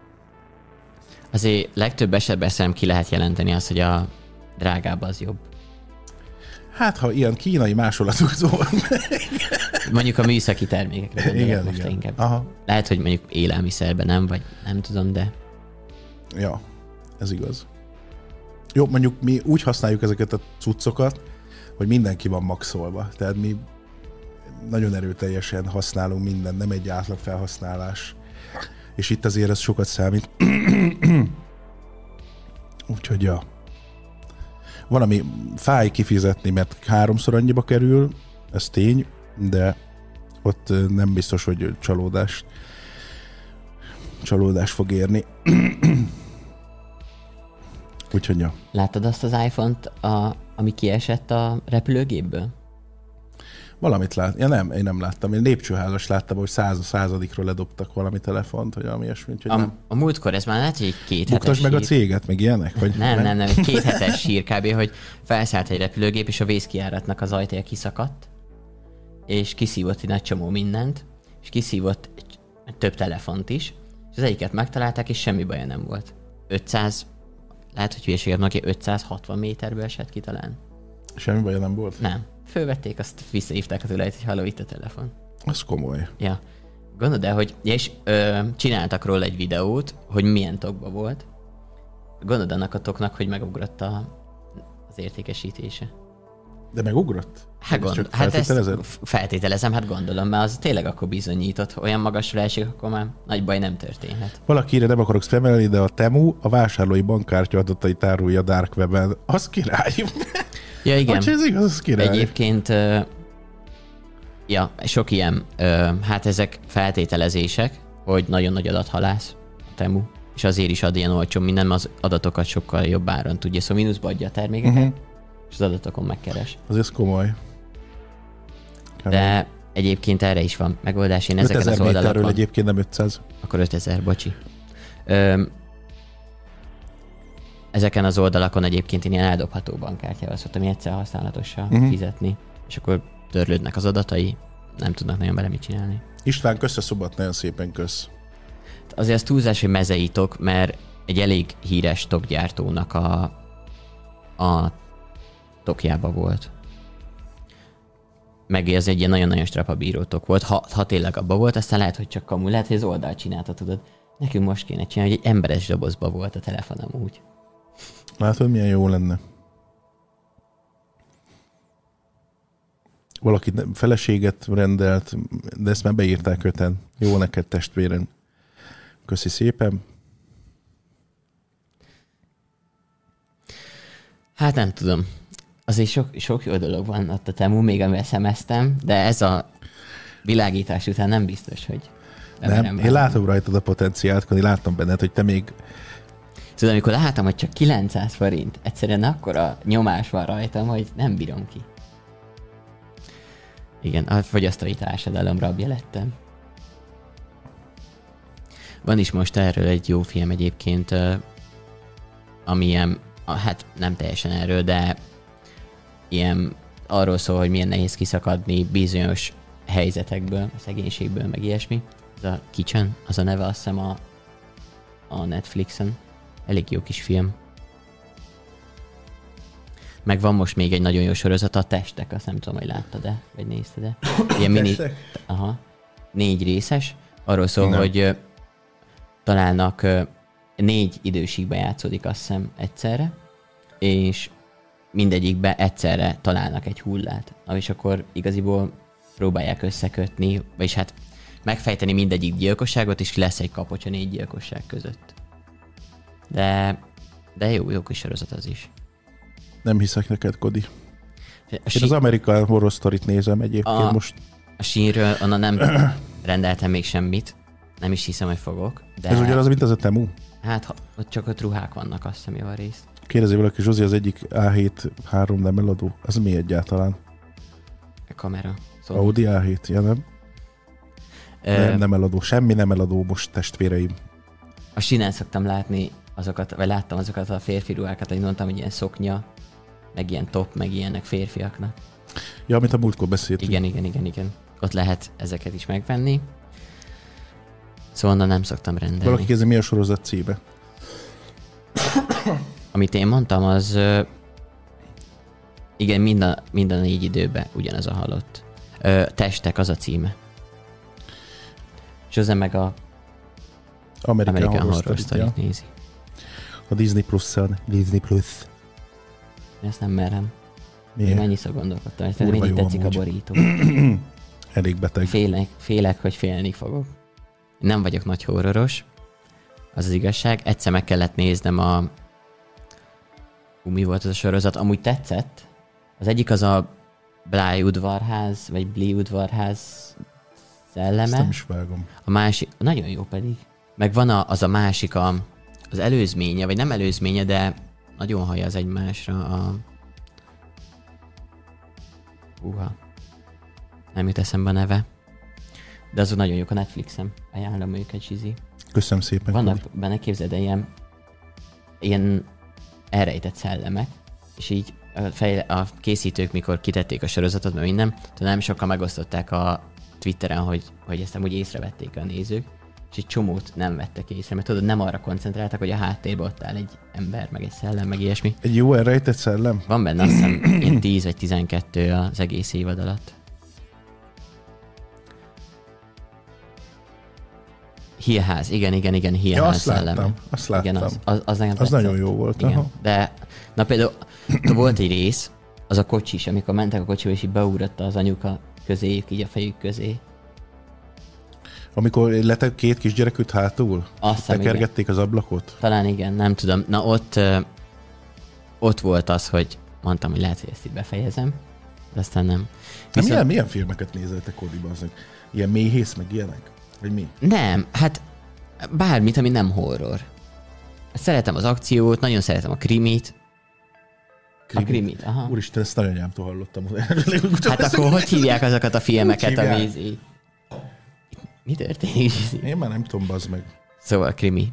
Azért legtöbb esetben szerintem ki lehet jelenteni azt, hogy a drágább az jobb. Hát, ha ilyen kínai másolatok szól. Mondjuk a műszaki termékekre gondolom igen, most igen. inkább. Aha. Lehet, hogy mondjuk élelmiszerben nem, vagy nem tudom, de... Ja, ez igaz. Jó, mondjuk mi úgy használjuk ezeket a cuccokat, hogy mindenki van maxolva. Tehát mi nagyon erőteljesen használunk mindent, nem egy átlag felhasználás. És itt azért ez sokat számít. Úgyhogy ja. Van, ami fáj kifizetni, mert 3-szor annyiba kerül, ez tény, de ott nem biztos, hogy csalódás fog érni. Úgyhogy ja. Láttad azt az iPhone-t, ami kiesett a repülőgépből? Valamit lát. Ja nem, én nem láttam. Én lépcsőházas láttam, hogy 100-ról ledobtak valami telefont, vagy valami ilyesmi. A múltkor ez már lehet, hogy egy 2 hetes buktasd meg a céget, meg ilyenek? Vagy nem, egy 2 hetes hír kb., hogy felszállt egy repülőgép, és a vészkijáratnak az ajtaja kiszakadt, és kiszívott egy nagy csomó mindent, és kiszívott több telefont is, és az egyiket megtalálták, és semmi baja nem volt. 500, lehet, hogy hülyeséget mondok, 560 méterből esett ki talán. Semmi baja nem volt? Nem. Fölvették, azt visszahívták a tulajt, hogy halló, itt a telefon. Az komoly. Ja. Gondolod el, hogy és csináltak róla egy videót, hogy milyen tokba volt. Gondolod annak a toknak, hogy megugrott az értékesítése. De megugrott? Hát ezt feltételezem, hát gondolom, mert az tényleg akkor bizonyított, olyan magasra esik, akkor már nagy baj nem történhet. Valakire nem akarok spamelni, de a Temu a vásárlói bankkártya adatai tárolja a Dark Web-en. Az király. Ja, igen. Hogy ez igaz, az király. Egyébként sok ilyen, hát ezek feltételezések, hogy nagyon nagy adathalász a Temu, és azért is ad ilyen olcsó minden, mert az adatokat sokkal jobb áron tudja, szóval mínuszba adja a termékeket, és az adatokon megkeres. Az ez komoly. De egyébként erre is van megoldás. Én ezeken az oldalakon... egyébként nem 500. Akkor 5000, bocsi. Ezeken az oldalakon egyébként én ilyen eldobható bankkártyával szoktam egyszer használatossal fizetni, és akkor törlődnek az adatai, nem tudnak nagyon vele mit csinálni. István, kösz a szobat, nagyon szépen kösz. Azért az túlzás, hogy mezei tok, mert egy elég híres tokgyártónak a tokjába volt. Meg ez egy ilyen nagyon-nagyon strapabíró tok volt, ha tényleg abba volt, aztán lehet, hogy csak kamu, lehet, hogy az oldalt csinálta, tudod. Nekünk most kéne csinálni, hogy egy emberes dobozba volt a telefonom úgy. Látod, milyen jó lenne. Valaki feleséget rendelt, de ezt már beírták 5-en. Jó neked, testvérem. Köszi szépen. Hát nem tudom. Azért sok jó dolog van ott a Temu, még amivel szemeztem, de ez a világítás után nem biztos, hogy... Nem, én látom rajtad a potenciált, Kani, láttam benned, hogy te még... Szóval amikor láttam, hogy csak 900 forint, egyszerűen akkora nyomás van rajtam, hogy nem bírom ki. Igen, a fogyasztói társadalom rabja lettem. Van is most erről egy jó film egyébként, ami ilyen, hát nem teljesen erről, de ilyen arról szól, hogy milyen nehéz kiszakadni bizonyos helyzetekből, a szegénységből, meg ilyesmi. Ez a Kitchen, az a neve, azt hiszem a Netflixen. Elég jó kis film. Meg van most még egy nagyon jó sorozat, a Testek, azt nem tudom, hogy láttad-e, vagy nézted-e. Ilyen mini... 4 részes. Arról szól, nem. Hogy találnak 4 időségben játszódik, azt hiszem, egyszerre. és mindegyikbe egyszerre találnak egy hullát, és akkor igaziból próbálják összekötni, vagyis hát megfejteni mindegyik gyilkosságot, és lesz egy kapocs a 4 gyilkosság között. De jó kis sorozat az is. Nem hiszek neked, Kodi. Én az American Horror Story-t nézem egyébként most. A sínről onnan nem rendeltem még semmit. Nem is hiszem, hogy fogok. De... Ez ugyanaz, mint az a Temu? Hát ott csak ott ruhák vannak, azt hiszem, a rész. Kérdezi valaki, Zsozi, az egyik A7 3 nem eladó. Az mi egyáltalán? A kamera. Szóval... Audi A7, ja nem? Nem eladó. Semmi nem eladó most, testvéreim. A sínen szoktam látni azokat, vagy láttam azokat a férfi ruhákat, hogy mondtam, hogy ilyen szoknya, meg ilyen top, meg ilyenek férfiaknak. Ja, amit a múltkor beszéltünk. Igen. Ott lehet ezeket is megvenni. Szóval onnan nem szoktam rendelni. Valaki kezdve, mi a sorozat címe? Amit én mondtam, az igen, minden 4 időben ugyanaz a halott. Testek, az a címe. Zsózse meg a American Horror Story-t nézi. A Disney Plus-szal. Disney Plus. Ezt nem merem. Miért? Én annyiszor gondolkodtam, hogy mindig tetszik a borító. Elég beteg. Félek, hogy félni fogok. Nem vagyok nagy horroros, az igazság. Egyszer meg kellett néznem mi volt az a sorozat? Amúgy tetszett. Az egyik az a Bly udvarház, vagy Bly udvarház szelleme. Ezt nem is vágom. A másik, nagyon jó pedig. Meg van az a másik, az előzménye, vagy nem előzménye, de nagyon haj az egymásra. Nem jut eszembe a neve. De azok nagyon jók a Netflixen. Ajánlom őket, Zsizi. Köszönöm szépen. Vannak benne, képzeld, ilyen elrejtett szellemek, és így a készítők, mikor kitették a sorozatot, mert minden, nem sokan megosztották a Twitteren, hogy ezt amúgy észrevették a nézők, és egy csomót nem vettek észre, mert tudod, nem arra koncentráltak, hogy a háttérben ott áll egy ember, meg egy szellem, meg ilyesmi. Egy jó elrejtett szellem? Van benne, azt hiszem, ilyen 10 vagy 12 az egész évad alatt. Hírház, igen, Hírház ja, azt szelleme. Láttam, azt láttam. Igen, az nagyon jó volt. Igen. Aha. De, na például volt egy rész, az a kocsis, amikor mentek a kocsiba, és így beugratta az anyuka közéjük, így a fejük közé. Amikor letett 2 kisgyerekült hátul? Tekergették az ablakot? Talán igen, nem tudom. Na ott volt az, hogy mondtam, hogy lehet, hogy ezt itt befejezem, de aztán nem. Milyen filmeket nézeltek, Kodiba? Ilyen méhész, meg ilyenek? Vagy mi? Nem, hát bármit, ami nem horror. Szeretem az akciót, nagyon szeretem a krimit. A krimit, aha. Úristen, ezt nagyanyámtól hallottam. Hát akkor hogy hívják azokat a filmeket, ami... Mi történik? Én már nem tudom, bazd meg. Szóval krimi.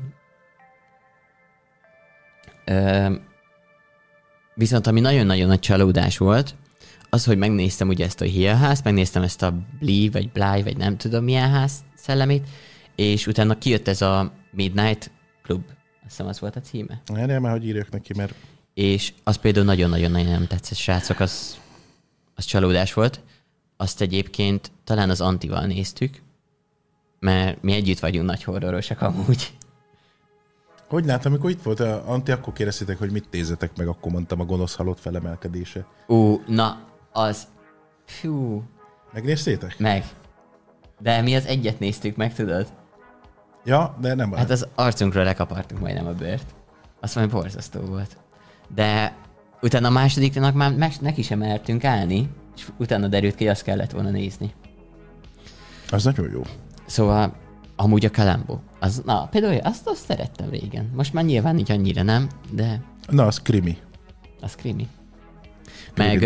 Viszont ami nagyon-nagyon nagy csalódás volt, az, hogy megnéztem ugye ezt a Hírházt, megnéztem ezt a Bly, vagy nem tudom milyen ház szellemét, és utána kijött ez a Midnight Club. Azt hiszem, az volt a címe. Nem, hogy írjak neki, mert... És az például nagyon-nagyon nem tetszett, srácok, az csalódás volt. Azt egyébként talán az Antival néztük, mert mi együtt vagyunk nagy horrorosak amúgy. Hogy látom, amikor itt volt Anti, akkor kérdeztétek, hogy mit nézzetek meg, akkor mondtam a gonosz halott felemelkedése. Na, az... Fú. Megnéztétek? Meg. De mi az egyet néztük meg, tudod? Ja, de nem. Hát az arcunkról lekapartunk majdnem a bőrt. Azt mondja, borzasztó volt. De utána a másodiknak már neki sem mertünk állni, és utána derült ki, hogy azt kellett volna nézni. Az nagyon jó. Szóval amúgy a Columbo. Például azt szerettem régen. Most már nyilván így annyira nem, de... Na, az krimi. Az krimi. Meg...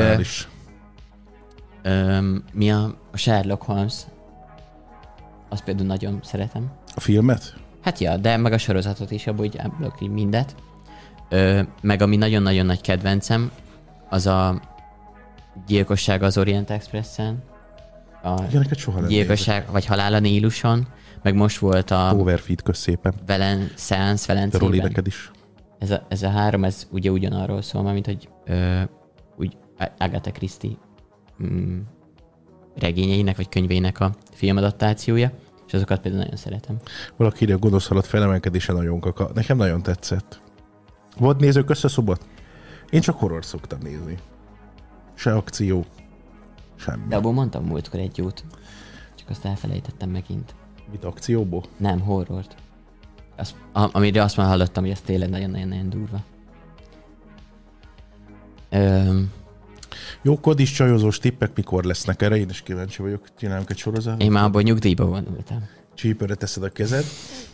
mi a Sherlock Holmes? Azt például nagyon szeretem. A filmet? Hát ja, de meg a sorozatot is, abból így áblok így mindet. Meg ami nagyon-nagyon nagy kedvencem, az a Gyilkosság az Orient Expressen. Gyilkosság vagy Halál a Níluson. Meg most volt a... Overfeed, kösz szépen. Velencében. Roli, neked is. Ez a 3, ez ugye ugyanarról szól, mint hogy úgy Agatha Christie regényeinek vagy könyveinek a filmadaptációja, és azokat például nagyon szeretem. Valaki írja, a gonosz halott felemelkedése nagyon kaka. Nekem nagyon tetszett. Volt nézők összeszobott? Én csak horror szoktam nézni. Se akció, semmi. De abból mondtam múltkor egy jót. Csak azt elfelejtettem megint. Mit, akcióból? Nem, horrort. Amire azt már hallottam, hogy ez tényleg nagyon-nagyon durva. Jó, kodis csajozós tippek mikor lesznek erre? Én is kíváncsi vagyok. Csinálunk egy sorozatot. Én már abban nyugdíjba vonultam. Csípőre teszed a kezed.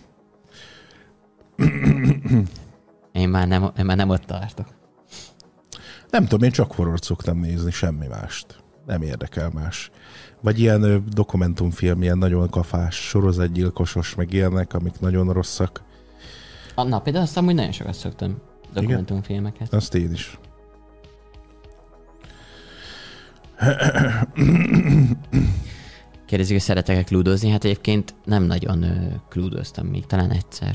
Én már nem ott tartok. Nem tudom, én csak horrort szoktam nézni, semmi mást. Nem érdekel más. Vagy ilyen dokumentumfilm, ilyen nagyon kafás, sorozatgyilkosos, meg ilyenek, amik nagyon rosszak. Például azt amúgy nagyon sokat szoktam dokumentumfilmeket. Igen? Azt én is. Kérdezik, hogy szeretek-e klúdozni? Hát egyébként nem nagyon klúdoztam még, talán egyszer.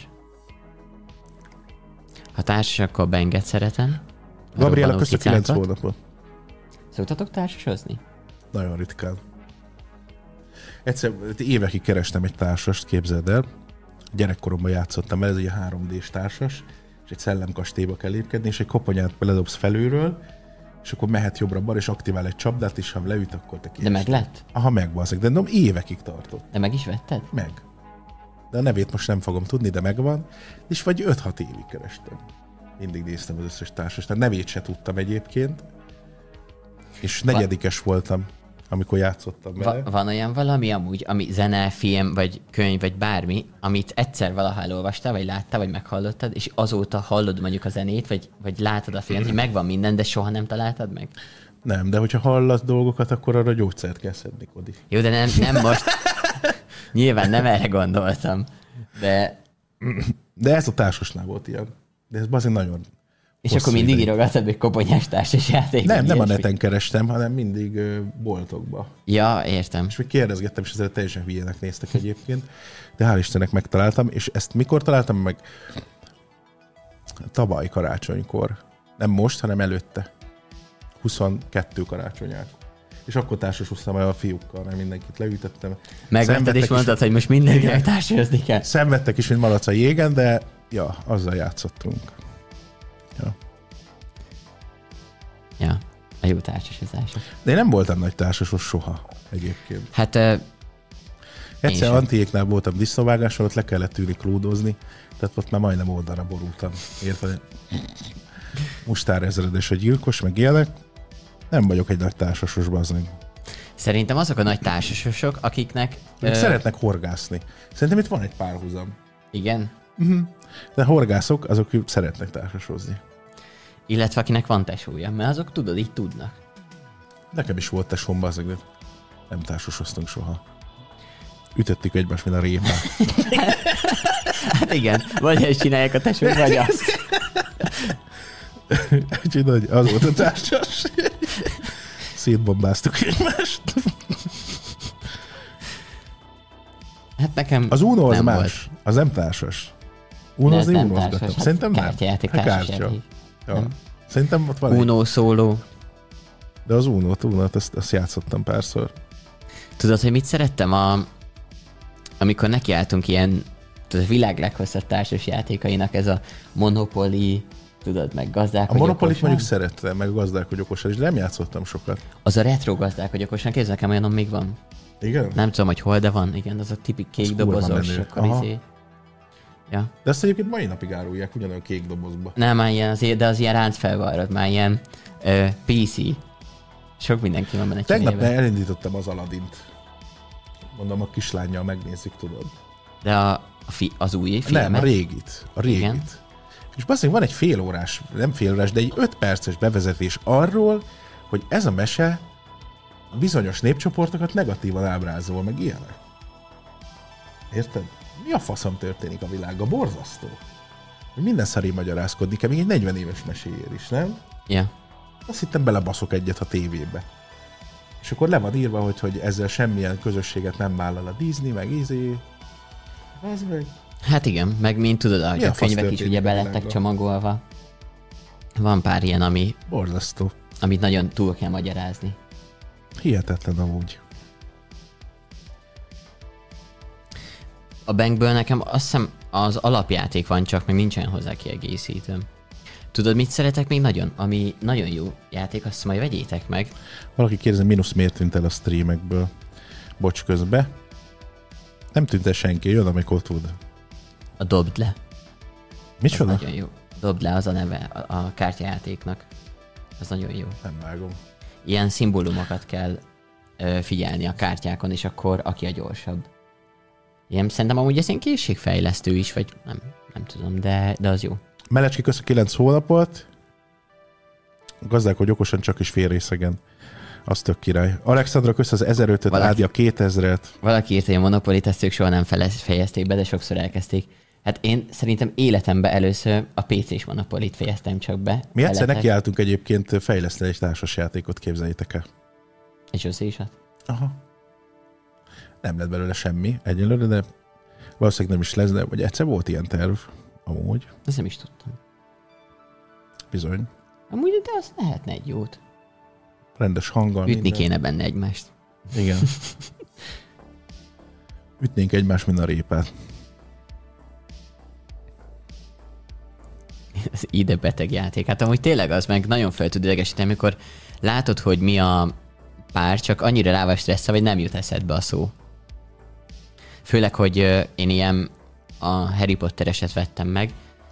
Ha társas, akkor Benget szeretem. Gabriela, köszönöm 9 hónapot. Szoktatok társasozni? Nagyon ritkán. Egyszer évekig kerestem egy társast, képzeld el. Gyerekkoromban játszottam el, ez egy 3D-s társas, és egy szellemkastélyba kell lépkedni, és egy koponyát beledobsz felülről, és akkor mehet jobbra-balra, és aktivál egy csapdát, és ha leüt, akkor te kiestél. De meg lett? Aha, megbasszak, de nem évekig tartott. De meg is vetted? Meg. De a nevét most nem fogom tudni, de megvan. És vagy 5-6 évig kerestem. Mindig néztem az összes társast. A nevét se tudtam egyébként. És negyedikes voltam, amikor játszottam vele. Van olyan valami amúgy, ami zene, film, vagy könyv, vagy bármi, amit egyszer valaha elolvastál, vagy láttál, vagy meghallottad, és azóta hallod mondjuk a zenét, vagy látod a filmet, hogy megvan minden, de soha nem találtad meg? Nem, de hogyha hallasz dolgokat, akkor arra gyógyszert kell szedni, Kodi. Jó, de nem most. Nyilván nem erre gondoltam, de... De ez a társasnál volt ilyen. De ez azért nagyon... És akkor mindig írogattad, hogy koponyás társas játék? Nem a neten kerestem, hanem mindig boltokba. Ja, értem. És még kérdezgettem, és ezzel teljesen hülyének néztek egyébként. De hál' Istennek megtaláltam, és ezt mikor találtam meg? Tavaly karácsonykor. Nem most, hanem előtte. 22 karácsonyák. És akkor társasoztam el a fiúkkal, mert mindenkit leütöttem. Megvetted és mondtad, hogy most mindenkinek társasozni kell. Szenvedtek is, mint malac a jégen, de ja, azzal játszottunk. Ja, a jó társasozások. De én nem voltam nagy társasos soha egyébként. Hát egyszer Antiéknál voltam disznóvágáson, ott le kellett ülni klúdozni, tehát ott már majdnem oldalra borultam. Érted? Mustár ezredes a gyilkos, meg ilyenek. Nem vagyok egy nagy társasos bazdmeg. Szerintem azok a nagy társasosok, akiknek... Szeretnek horgászni. Szerintem itt van egy párhuzam. Igen? De horgászok, azok szeretnek társasozni. Illetve akinek van tesója, mert azok tudod, így tudnak. Nekem is volt tesóm, bazdmeg, de nem társasoztunk soha. Ütöttük egymást, mint a répát. Hát igen, vagy ezt csinálják a tesók, vagy azt. Úgyhogy az volt a társas. Szétbombáztuk egymást. Hát nekem az Uno az más, volt. Az nem társas. Unozni nem unozgatom. társas. Szerintem nem. Kártyajáték, Kártya. Ja. Szerintem ott van Uno szóló. De az Unót azt játszottam párszor. Tudod, hogy mit szerettem? Amikor nekiálltunk ilyen a világ leghosszabb társas játékainak, ez a Monopoly, tudod, meg gazdálkodj. A Monopoly-t mondjuk szerettem, meg a gazdálkodj okosan is, de nem játszottam sokat. Az a retro gazdálkodj okosan, képzeld, nekem olyanom még van. Igen? Nem tudom, hogy hol, de van, igen, az a tipik kék dobozos. Ja. De ezt egyébként mai napig árulják ugyanolyan kék dobozba. Nem, már ilyen, de az ilyen ráncfelvarrod, már ilyen PC. Sok mindenki van benne. Tegnap elindítottam az Aladdint. Mondom, a kislánnyal megnézzük, tudod. De az új filmet? Nem, a régit. Igen. És bazdmeg van egy félórás, nem félórás, de egy 5 perces bevezetés arról, hogy ez a mese bizonyos népcsoportokat negatívan ábrázol, meg ilyenek. Érted? Mi a faszom történik a világban? Borzasztó. Minden szaré magyarázkodni kell, még egy 40 éves meséjér is, nem? Ja. Azt hittem belebaszok egyet a tévébe. És akkor le van írva, hogy ezzel semmilyen közösséget nem vállal a Disney, meg Az meg... Hát igen, meg mint tudod, ahogy a könyvek is ugye belettek csomagolva. Van pár ilyen, ami... Borzasztó. Amit nagyon túl kell magyarázni. Hihetetlen amúgy. A Bankből nekem azt hiszem az alapjáték van, csak még nincsen hozzá kiegészítőm. Tudod, mit szeretek még nagyon? Ami nagyon jó játék, azt majd vegyétek meg. Valaki kérdezi, mínusz miért tűnt el a streamekből? Bocs közbe. Nem tűnt el senki, jön, amikor tud. A Dobd le. Micsoda? Az nagyon jó. Dobd le az a neve a kártyajátéknak. Az nagyon jó. Nem vágom. Ilyen szimbólumokat kell figyelni a kártyákon, és akkor aki a gyorsabb. Ilyen, szerintem amúgy ez ilyen készségfejlesztő is, vagy nem tudom, de az jó. Melecski kösz a 9 hónapot. Gazdálkodj okosan, csak is félrészegen. Az tök király. Alexandra kösz az 1500-öt, Ádi a 2000-et. Valaki írta, hogy a Monopolit ezt ők soha nem fejezték be, de sokszor elkezdték. Hát én szerintem életemben először a PC-s Monopolit fejeztem csak be. Mi egyszer nekiálltunk egyébként fejleszteni egy társasjátékot, képzeljétek el. És összeisat? Aha. Nem lett belőle semmi egyelőre, de valószínűleg nem is lesz, de vagy egyszer volt ilyen terv, amúgy. Ezt nem is tudtam. Bizony. Amúgy, de az lehetne egy jót. Rendes hanggal. Ütni minden. kéne benne egymást. Igen. Ütnénk egymást, mint a répát. Ez ide beteg játék. Hát amúgy tényleg az meg nagyon fel tud idegesíteni, amikor látod, hogy mi a pár, csak annyira rá vagy stresszel, hogy nem jut eszedbe a szó. Főleg, hogy én ilyen a Harry Potter-eset vettem meg,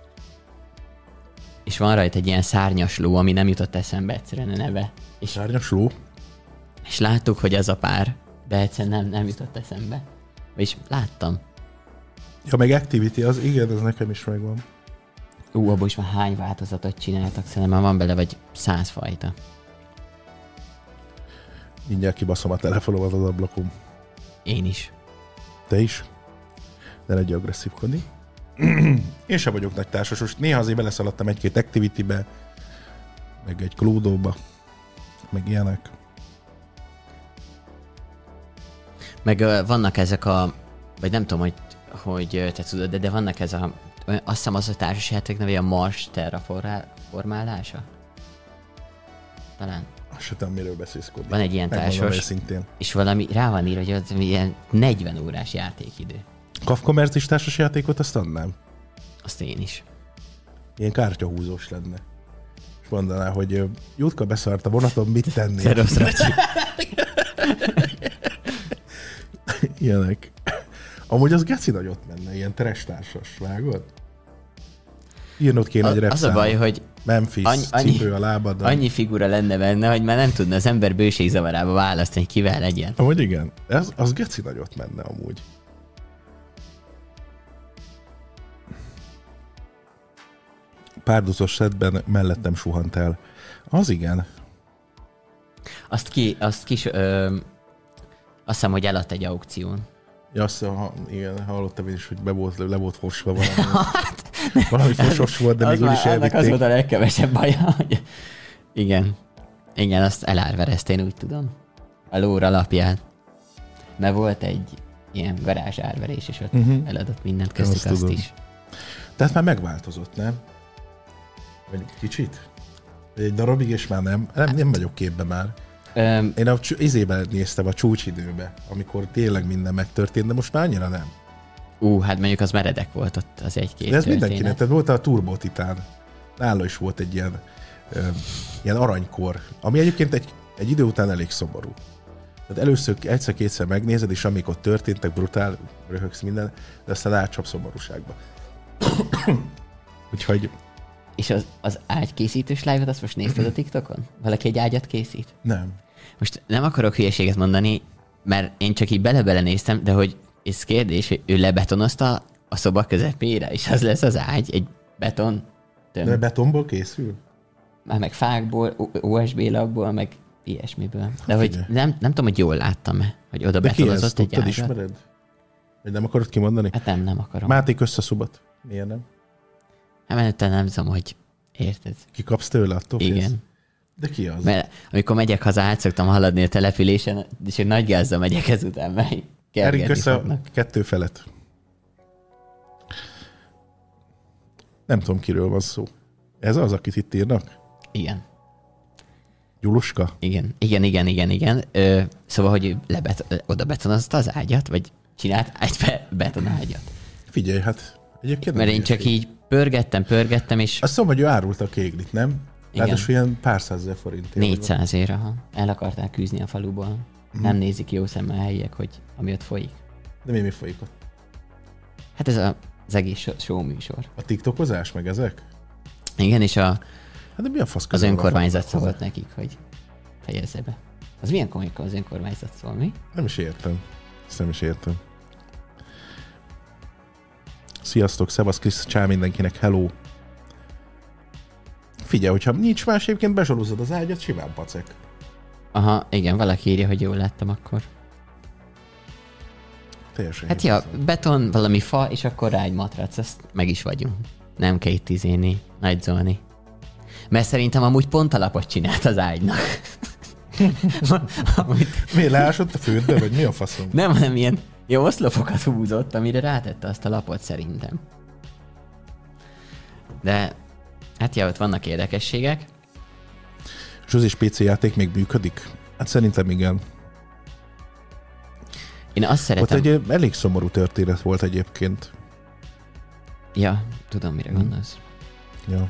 és van rajta egy ilyen szárnyas ló, ami nem jutott eszembe egyszerűen a neve. És szárnyas ló? És láttuk, hogy ez a pár, de egyszerűen nem jutott eszembe. Vagyis láttam. Ja, meg Activity, az igen, az nekem is megvan. Abból is már hány változatot csináltak, szerintem van bele vagy 100 fajta. Mindjárt kibaszom a telefonomat az ablakon. Én is. Te is? Ne legyél agresszívkodni. Én sem vagyok nagy társas. Néha azért beleszaladtam egy-két Activity-be, meg egy Cluedo-ba, meg ilyenek. Meg vannak ezek a, vagy nem tudom, hogy te tudod, de vannak ez a, azt hiszem az a társasjáték neve a Mars terraformálása? Talán. Azt sem tudom, miről beszélsz, Kodi. Van egy ilyen társas, és valami rá van írva, hogy az ilyen 40 órás játékidő. Kafkamercis társas játékot azt adnám? Azt én is. Ilyen kártyahúzós lenne. És mondaná, hogy Jutka beszart a vonaton, mit tennél? Szerosz Racsi. Ilyenek. Amúgy az geci nagyot menne, ilyen trash társas, vágod? Írnod kéne egy repszámot. Az a baj, hogy Memphis, cipő a lábadon. Annyi figura lenne benne, hogy már nem tudna az ember bőségzavarába választani, hogy kivel legyen. Amúgy igen, az geci nagyot menne amúgy. Párducos setben mellettem suhant el. Az igen. Azt hiszem, hogy eladt egy aukción. Ja, igen, hallottam én is, hogy le volt fosva valami. Valami fosos volt, de még úgyis elvitték. Az volt a legkevesebb baja. Igen, azt elárverezt, én úgy tudom. A lóra alapján. Mert volt egy ilyen garázs árverés, és ott eladott mindent, köztük azt is. Tehát már megváltozott, nem? Vagy kicsit? Egy darabig, és már nem vagyok képbe már. Én a izében néztem a csúcsidőbe, amikor tényleg minden megtörtént, de most már annyira nem. Hát mondjuk az meredek volt ott az egy-két de ez történet. mindenkinek, tehát volt a Turbo Titán. Nála is volt egy ilyen aranykor, ami egyébként egy idő után elég szomorú. Tehát először egyszer-kétszer megnézed, és amik ott történtek, brutál, röhögsz minden, de aztán átcsap szomorúságba. Úgyhogy... És az ágykészítős live-ot azt most nézted a TikTokon? Valaki egy ágyat készít? Nem. Most nem akarok hülyeséget mondani, mert én csak így bele-bele néztem, de hogy ez kérdés, hogy ő lebetonozta a szoba közepére, és az lesz az ágy, egy beton tömb. De betonból készül? Már meg fákból, USB lapból, meg ilyesmiből. De hogy nem tudom, hogy jól láttam-e, hogy oda betonozott egy ágyat. Ismered? Vagy nem akarod kimondani? Hát nem akarom. Máték összeszobat. Miért nem? Hát mert nem tudom, hogy érted. Kikapsz tőle attól? Igen. Félsz? De ki az? Mert amikor megyek haza, át szoktam haladni a településen, és én nagy gázzal megyek ezután, mert kergetni fognak. 2 felett. Nem tudom, kiről van szó. Ez az, akit itt írnak? Igen. Gyuluska? Igen. Szóval, hogy oda betonozta az ágyat, vagy csinált egy betonágyat. Figyelj, hát egyébként... Mert én csak így Pörgettem, és... Azt mondom, hogy ő árulta a kéglit, nem? Ráadásul ilyen pár százezer forintért. 400 ha el akarták űzni a faluból. Nem nézik jó szemmel a helyiek, hogy ami ott folyik. De mi folyik ott? Hát ez az egész show műsor. A tiktokozás, meg ezek? Igen, és de mi a fasz az önkormányzat szólt nekik, hogy fejezze be. Az milyen komoly, az önkormányzat szól, mi? Nem is értem. Ezt nem is értem. Sziasztok, szevasz Krisz, csá mindenkinek, hello. Figyelj, hogyha nincs más, egyébként bezsolózod az ágyat, simán pacek. Aha, igen, valaki írja, hogy jól láttam akkor. Teljesen. Hát ja, beton, valami fa, és akkor rá egy matrac, ezt meg is vagyunk. Nem kell itt nagyzolni. Mert szerintem amúgy pont alapot csinált az ágynak. Miért leásott a fődbe, vagy mi a faszom? Nem, hanem ilyen jó oszlopokat húzott, amire rátette azt a lapot szerintem. De hát ja, ott vannak érdekességek. Zsuzis PC játék még működik? Hát szerintem igen. Én azt szeretem... Ott egy elég szomorú történet volt egyébként. Ja, tudom, mire gondolsz. Ja.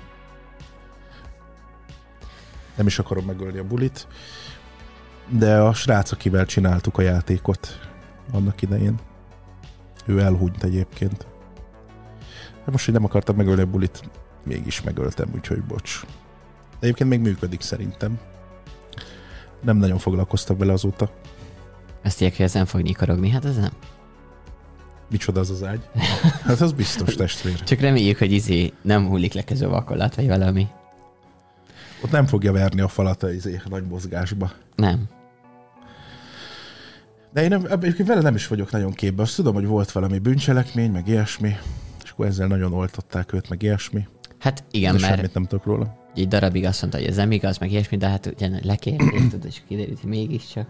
Nem is akarom megölni a bulit, de a srác, akivel csináltuk a játékot annak idején, ő elhunyt egyébként. De most, hogy nem akartam megölni a bulit, mégis megöltem, úgyhogy bocs. De egyébként még működik szerintem. Nem nagyon foglalkoztak vele azóta. Ezt ilyen, hogy ez nem fog nyikorogni, hát ez nem. Micsoda az az ágy? Hát az biztos, testvér. Csak reméljük, hogy nem hullik le közül vakolat, vagy valami. Ott nem fogja verni a falat a nagy mozgásba. Nem. De én egyébként vele nem is vagyok nagyon képben. Azt tudom, hogy volt valami bűncselekmény, meg ilyesmi, és akkor ezzel nagyon oltották őt, meg ilyesmi. Hát igen, de semmit nem tudok róla. Egy darabig azt mondta, hogy ez nem igaz, meg ilyesmi, de hát ugye lekérték, tudod, és kiderült, hogy mégiscsak.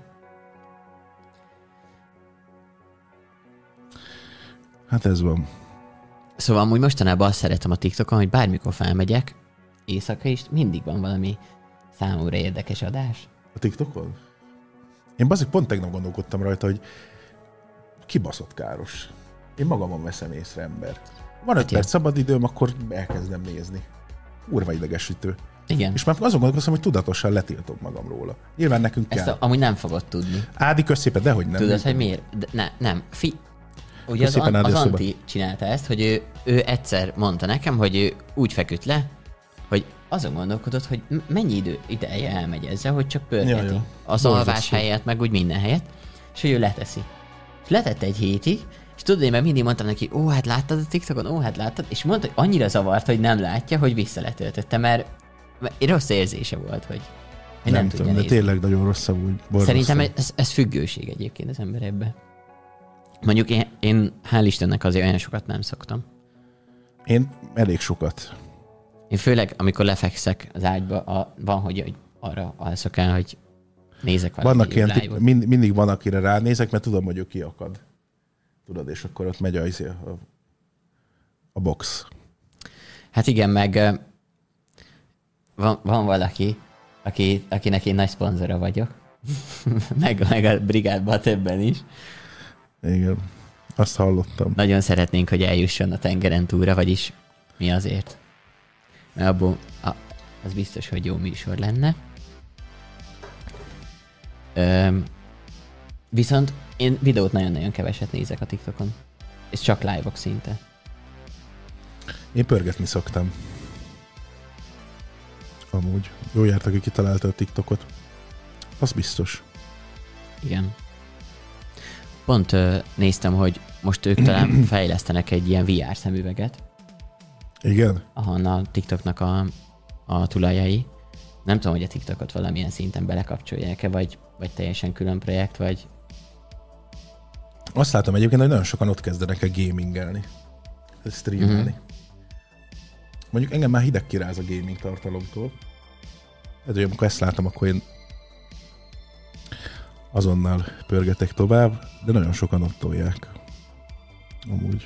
Hát ez van. Szóval amúgy mostanában azt szeretem a TikTokon, hogy bármikor felmegyek, éjszaka is, mindig van valami számomra érdekes adás. A TikTokon? Én bazik pont tegnap gondolkodtam rajta, hogy kibaszott káros. Én magamon veszem észre, ember. Van 5 perc szabad időm, akkor elkezdem nézni. Urva idegesítő. Igen. És már azon gondolkoztam, hogy tudatosan letiltom magam róla. Nyilván nekünk kell. Ezt amúgy nem fogod tudni. Ádi, kösz szépen, dehogy nem. Tudod, hogy miért? Nem. Ugye az Anti csinálta ezt, hogy ő egyszer mondta nekem, hogy ő úgy feküdt le, hogy azon gondolkodott, hogy mennyi ideje elmegy ezzel, hogy csak pörgeti az alvás helyet, meg úgy minden helyet, és hogy ő leteszi. És letette egy hétig, és tudod, én meg mindig mondtam neki, hát láttad a TikTokon, hát láttad, és mondta, hogy annyira zavart, hogy nem látja, hogy visszaletöltötte, mert rossz érzése volt, hogy nem tudja tudom, nézni. De tényleg nagyon rosszabb úgy. Szerintem ez függőség egyébként az ember ebbe. Mondjuk én hál' Istennek azért olyan sokat nem szoktam. Én elég sokat. Én főleg, amikor lefekszek az ágyba, van, hogy arra alszok el, hogy nézek valami vannak ilyen live-ot. mindig van, akire ránézek, mert tudom, hogy ő kiakad. Tudod, és akkor ott megy a box. Hát igen, meg van valaki, akinek én nagy szponzora vagyok. meg a brigádban többen is. Igen, azt hallottam. Nagyon szeretnénk, hogy eljusson a tengeren túlra, vagyis mi azért. Mert abból az biztos, hogy jó műsor lenne. Viszont én videót nagyon-nagyon keveset nézek a TikTokon. És csak live-ok szinte. Én pörgetni szoktam. Amúgy. Jó járt, aki kitalálta a TikTokot. Az biztos. Igen. Pont néztem, hogy most ők talán fejlesztenek egy ilyen VR szemüveget. Igen? Ahol a TikToknak a tulajai. Nem tudom, hogy a TikTokot valamilyen szinten belekapcsolják-e, vagy teljesen külön projekt, vagy... Azt látom egyébként, hogy nagyon sokan ott kezdenek el gamingelni. Streamelni. Mondjuk engem már hideg kiráz a gaming tartalomtól. Hát, hogy amikor ezt látom, akkor én azonnal pörgetek tovább, de nagyon sokan ott tolják. Amúgy.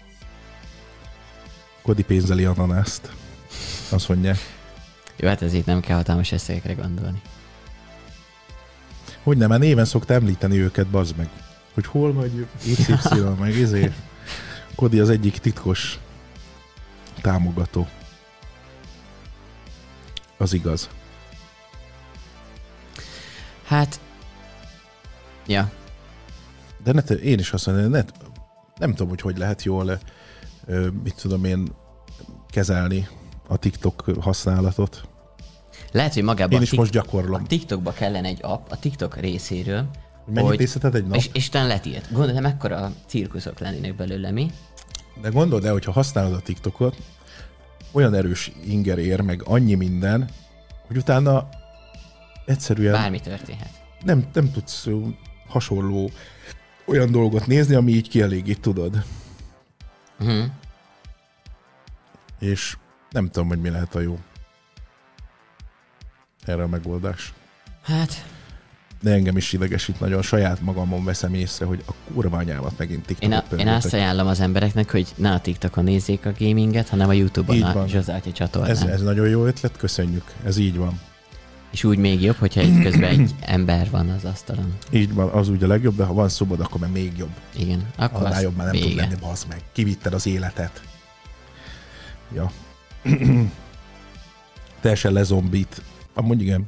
Kodi pénzeli ananászt. Azt mondják. Jó, hát ezért nem kell hatalmas összegekre gondolni. Hogy nem, már néven szokta említeni őket, bazd meg. Hogy hol vagy XY, meg Kodi az egyik titkos támogató. Az igaz. Hát, ja. De én is azt mondom, nem tudom, hogy lehet jól, mit tudom én, kezelni a TikTok használatot. Lehet, hogy magában én is most gyakorlom. A TikTokba kellene egy app, a TikTok részéről. Mennyit nézheted egy nap? És talán letilt. Gondolod, mekkora cirkuszok lennének belőle, mi? De gondold el, hogyha használod a TikTokot, olyan erős inger ér, meg annyi minden, hogy utána egyszerűen... Bármi történhet. Nem tudsz hasonló olyan dolgot nézni, ami így kielégít, tudod. Uh-huh. És nem tudom, hogy mi lehet a jó erre a megoldás. Hát... De engem is idegesít nagyon. Saját magamon veszem észre, hogy a kurva anyámat megint TikTokot Én azt ajánlom az embereknek, hogy ne a TikTokon nézzék a gaminget, hanem a YouTube-on a Zsozátyi csatornán. Ez nagyon jó ötlet, köszönjük. Ez így van. És úgy még jobb, hogyha egy közben egy ember van az asztalon. Így van, az úgy a legjobb, de ha van szobod, akkor már még jobb. Igen, akkor annál jobb már nem tud lenni, bazd meg. Kivitted az életet. Ja. Teljesen lezombít. Amúgy igen.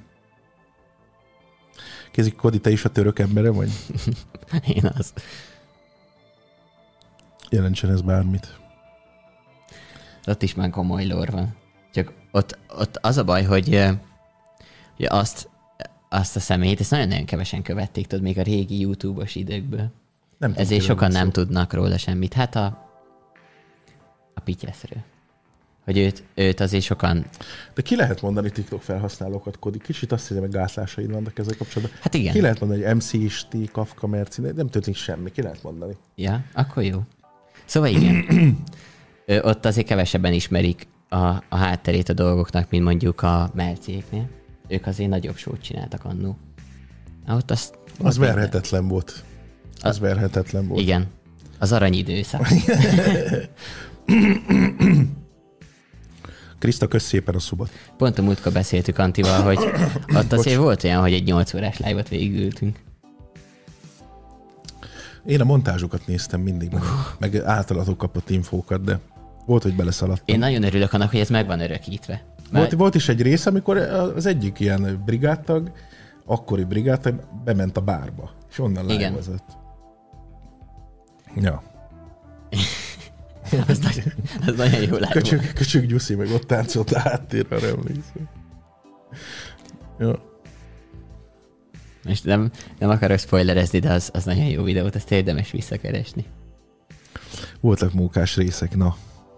Kézik, Kodi, te is a török embere vagy? Én az. Jelentsen ez bármit. Ott is már komoly lore van. Csak ott az a baj, hogy azt a személyt, ezt nagyon-nagyon kevesen követték, tudod, még a régi YouTube-os időkből. Ezért sokan nem tudnak róla semmit. Hát a Pityeszről. Hogy őt azért sokan... De ki lehet mondani TikTok felhasználókat, Kodi? Kicsit azt hiszem, hogy gátlásaid vannak ezzel kapcsolatban. Hát igen. Ki lehet mondani, hogy MC Isti, Kafka Merci, nem történik semmi. Ki lehet mondani? Ja, akkor jó. Szóval igen. Ott azért kevesebben ismerik a hátterét a dolgoknak, mint mondjuk a Merciéknél. Ők azért nagyobb sót csináltak annó. Ott az verhetetlen volt. Az verhetetlen volt. Igen. Az aranyidőszak. Kriszta, kösz szépen a szobat. Pont a múltkor beszéltük Antival, hogy ott azért volt olyan, hogy egy 8 órás live-ot végigültünk. Én a montázsokat néztem mindig, meg általatok kapott infókat, de volt, hogy beleszaladtam. Én nagyon örülök annak, hogy ez meg van örökítve. Volt is egy rész, amikor az egyik ilyen brigádtag, akkori brigádtag bement a bárba, és onnan live-ozott. Ja. az nagyon jó látva. Köcsög Gyuszi meg ott táncolt a háttérre, arra emlékszem. Ja. Most nem akarok spoilerezni, de az nagyon jó videót, ezt érdemes visszakeresni. Voltak mókás részek, na.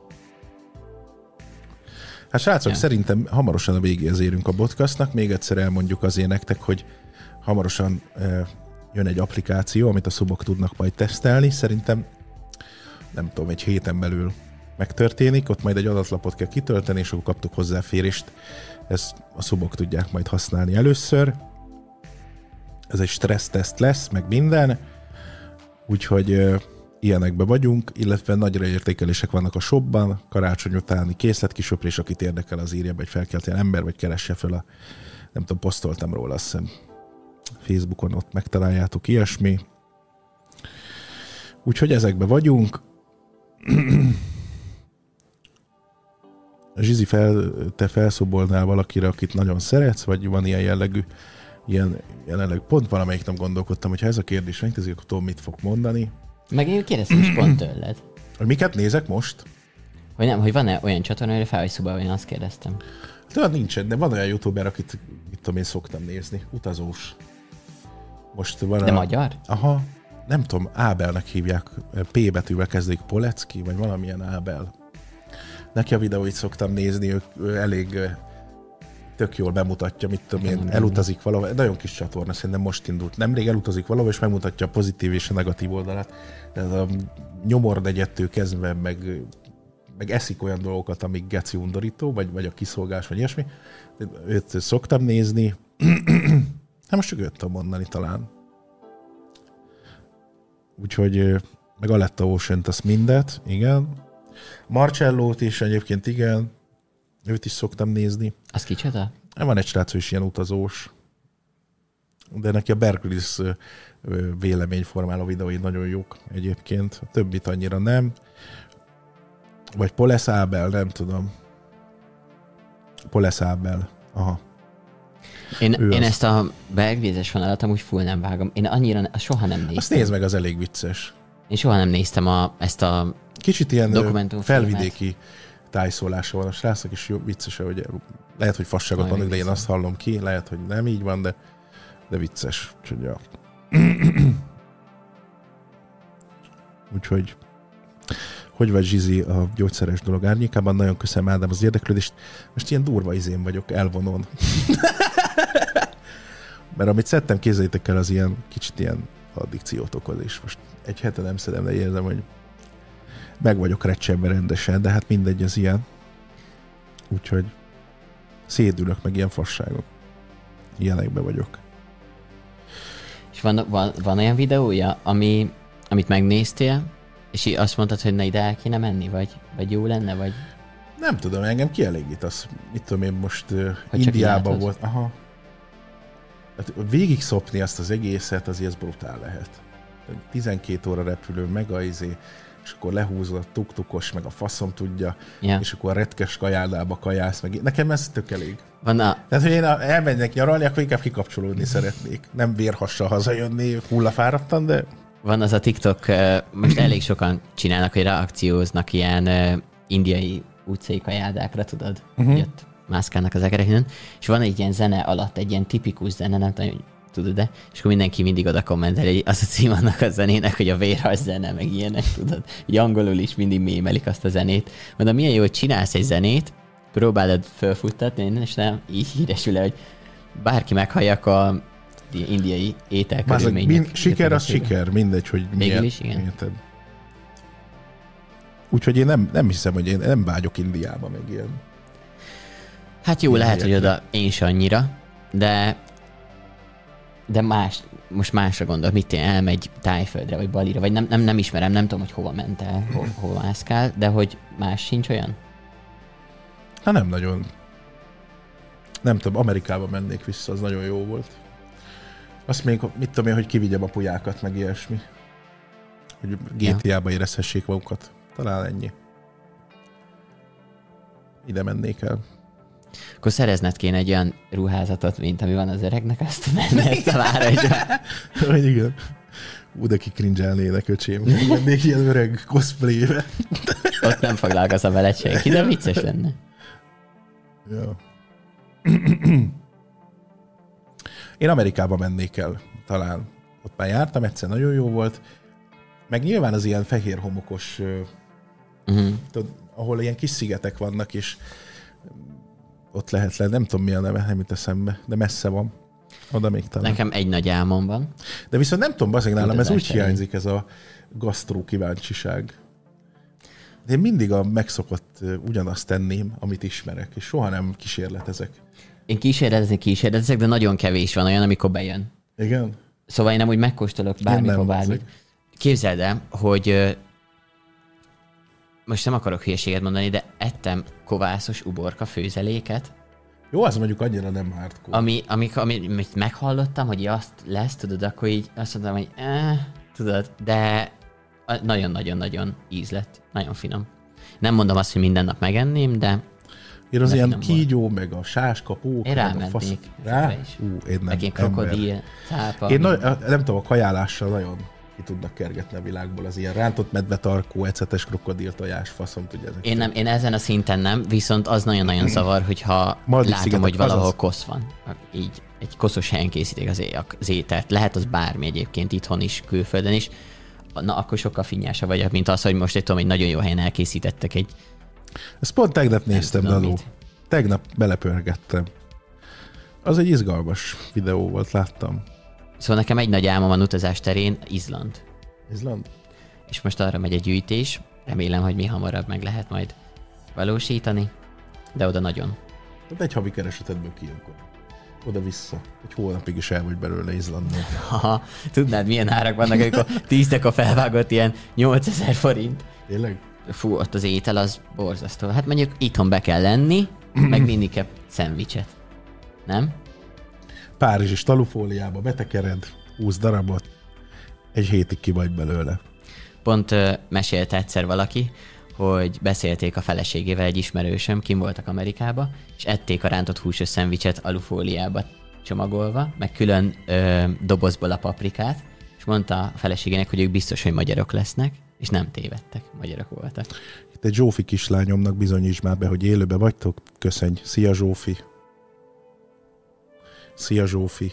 Hát srácok, szerintem hamarosan a végéhez érünk a podcastnak. Még egyszer elmondjuk azért nektek, hogy hamarosan jön egy applikáció, amit a szubok tudnak majd tesztelni. Szerintem, nem tudom, egy héten belül megtörténik. Ott majd egy adatlapot kell kitölteni, és akkor kaptuk hozzáférést. Ezt a szubok tudják majd használni először. Ez egy stresszteszt lesz, meg minden. Úgyhogy ilyenekben vagyunk, illetve nagyra értékelések vannak a shopban, karácsony utáni készletkisöprés, akit érdekel, az írja be, hogy felkeltél ember, vagy keresse fel nem tudom, posztoltam róla, azt hiszem Facebookon, ott megtaláljátok, ilyesmi. Úgyhogy ezekben vagyunk. Zsizi, te felszobolnál valakire, akit nagyon szeretsz, vagy van ilyen jellegű, ilyen jelenleg pont valamelyik nem gondolkodtam, hogy ha ez a kérdés megteszik, akkor tudom, mit fog mondani. Meg én kérdeztem is pont tőled. Miket nézek most? Hogy nem, hogy van-e olyan csatorna, hogy fel vagy szoba, én azt kérdeztem. Tehát nincsen, de van olyan youtuber, akit tudom én szoktam nézni. Utazós. Most van de magyar? Aha. Nem tudom, Ábelnek hívják. P betűvel kezdődik, Polecki, vagy valamilyen Ábel. Neki a videóit szoktam nézni, ő elég tök jól bemutatja, mit tudom én, elutazik valahol. Nagyon kis csatorna, szerintem most indult. Nemrég elutazik valahol, és megmutatja a pozitív és a negatív oldalát. Ez a nyomordegyettől kezdve, meg eszik olyan dolgokat, amik geci undorító, vagy a kiszolgás, vagy ilyesmi. Őt szoktam nézni. Hát most csak őt tudom mondani talán. Úgyhogy meg Aletta Ocean-t, azt mindet, igen. Marcellót is egyébként, igen. Őt is szoktam nézni. Az kicsoda? Van egy srác, is ilyen utazós. De neki a Bear Grylls véleményformáló videói nagyon jók egyébként. A többit annyira nem. Vagy Poleszábel, nem tudom. Poleszábel. Aha. Én ezt a belgvízes vonalat amúgy full nem vágom. Én annyira soha nem néztem. Azt nézd meg, az elég vicces. Én soha nem néztem ezt a kicsit ilyen felvidéki tájszólása van a srácok, és jó, vicces, hogy lehet, hogy fasságot mondok, de én azt hallom ki, lehet, hogy nem így van, de vicces. Úgyhogy, ja. Úgyhogy hogy vagy Zsizi a gyógyszeres dolog árnyékában? Nagyon köszönöm, Ádám, az érdeklődést. Most ilyen durva izén vagyok, elvonon. Mert amit szedtem, képzeljétek el, az ilyen kicsit ilyen addikciót okoz, és most egy hete nem szedem, de érzem, hogy meg vagyok recsenve rendesen, de hát mindegy, az ilyen. Úgyhogy szédülök, meg ilyen fasságok. Ilyenekbe vagyok. És van olyan videója, amit megnéztél, és azt mondtad, hogy na ide el kéne menni, vagy jó lenne, vagy... Nem tudom, engem kielégít az. Mit tudom én, most Indiában volt. Aha. Hát végig szopni azt az egészet, azért ez brutál lehet. 12 óra repülő, meg a izé, és akkor lehúzod a tuktukos, meg a faszom tudja, és akkor a retkes kajádába kajálsz, meg nekem ez tök elég. Tehát, hogy én elmenjek nyaralni, akkor inkább kikapcsolódni szeretnék. Nem vérhassal hazajönni, hullafáradtan, de... Van az a TikTok, most elég sokan csinálnak, hogy reakcióznak ilyen indiai utcai kajádákra, tudod? Ott mászkálnak az egerek, és van egy ilyen zene alatt, egy ilyen tipikus zene, nem tudom, hogy tudod, de? És akkor mindenki mindig oda kommentel, hogy az a cím annak a zenének, hogy a vérhas zene, meg ilyenek, tudod? Így angolul is mindig mémelik azt a zenét. Mondom, milyen jó, hogy csinálsz egy zenét, próbálod felfuttatni, és nem így híresül, hogy bárki meghallják a indiai ételkörülmények. Siker az siker, mindegy, hogy milyen. Is, igen. Érted. Úgyhogy én nem hiszem, hogy én nem vágyok Indiába, meg ilyen. Hát jó, lehet, hogy oda én is annyira, de most másra gondolok, mit elmegy Tájföldre, vagy Balira, vagy nem ismerem, nem tudom, hogy hova ment el, hova mászkál, de hogy más sincs olyan? Hát nem nagyon. Nem tudom, Amerikába mennék vissza, az nagyon jó volt. Azt még, mit tudom én, hogy kivigyem a pulyákat, meg ilyesmi. Hogy GTA-ba érezhessék magukat. Talán ennyi. Ide mennék el. Akkor szerezned kéne egy olyan ruházatot, mint ami van az öregnek, azt menni ezt a városba. Hogy igen. De ki cringe-elnének, öcsém. Mennék ilyen öreg cosplaybe. Ott nem foglalkozom veled senki, de vicces lenne. Ja. Én Amerikába mennék el, talán. Ott már jártam, egyszer nagyon jó volt. Meg nyilván az ilyen fehér homokos, tudod, ahol ilyen kis szigetek vannak, és ott lehet lenni. Nem tudom, mi a neve, nem jut eszembe, de messze van. Oda még talán. Nekem egy nagy álmom van. De viszont nem tudom, bazeg nálam, ez úgy hiányzik, ez a gasztró kíváncsiság. De én mindig a megszokott ugyanazt tenném, amit ismerek, és soha nem kísérletezek. Én kísérletezek, de nagyon kevés van olyan, amikor bejön. Igen? Szóval én nem úgy megkóstolok bármikor bármit. Képzeld el, hogy most nem akarok hülyeséget mondani, de ettem kovászos uborka főzeléket. Jó, az mondjuk annyira nem hardcore. Amit meghallottam, hogy azt lesz, tudod, akkor így azt mondtam, hogy tudod, de nagyon-nagyon-nagyon íz lett. Nagyon finom. Nem mondom azt, hogy minden nap megenném, de én az ilyen kígyó, meg a sáskapók. Én rámennék. Rá? Én nem. Meg krokodil, cápa. Én nem tudom, a kajálással nagyon ki tudnak kergetni a világból az ilyen rántott medvetarkó, ecetes krokodil, tojás, faszom, tudja ezek. Én ezen a szinten nem, viszont az nagyon-nagyon zavar, hogyha látom, hogy valahol kosz van. Így egy koszos helyen készítik az ételt. Lehet az bármi egyébként, itthon is, külföldön is. Na, akkor sokkal finnyásabb vagyok, mint az, hogy most egy nagyon jó helyen elkészítettek egy... Ezt pont tegnap néztem, Daló. Tegnap belepörgettem. Az egy izgalmas videó volt, láttam. Szóval nekem egy nagy álmom van utazás terén, Izland. Izland? És most arra megy egy gyűjtés. Remélem, hogy mi hamarabb meg lehet majd valósítani. De oda nagyon. Egy havi keresetedből kijönk. Oda-vissza. Egy hónapig is el vagy belőle Izlandon. Haha, tudnád milyen árak vannak, amikor 10-tek a felvágott ilyen 8000 forint. Tényleg? Fú, ott az étel az borzasztó. Hát mondjuk itthon be kell lenni, meg vinni kell szendvicset. Nem? Párizsi talufóliába betekered, 20 darabot, egy hétig ki vagy belőle. Pont mesélte egyszer valaki, hogy beszélték a feleségével, egy ismerősöm, kim voltak Amerikába, és ették a rántott húsos szendvicset alufóliába csomagolva, meg külön dobozból a paprikát, és mondta a feleségének, hogy ők biztos, hogy magyarok lesznek, és nem tévedtek, magyarok voltak. Itt egy Zsófi kislányomnak bizonyíts már be, hogy élőbe vagytok. Köszönj. Szia, Zsófi. Szia, Zsófi.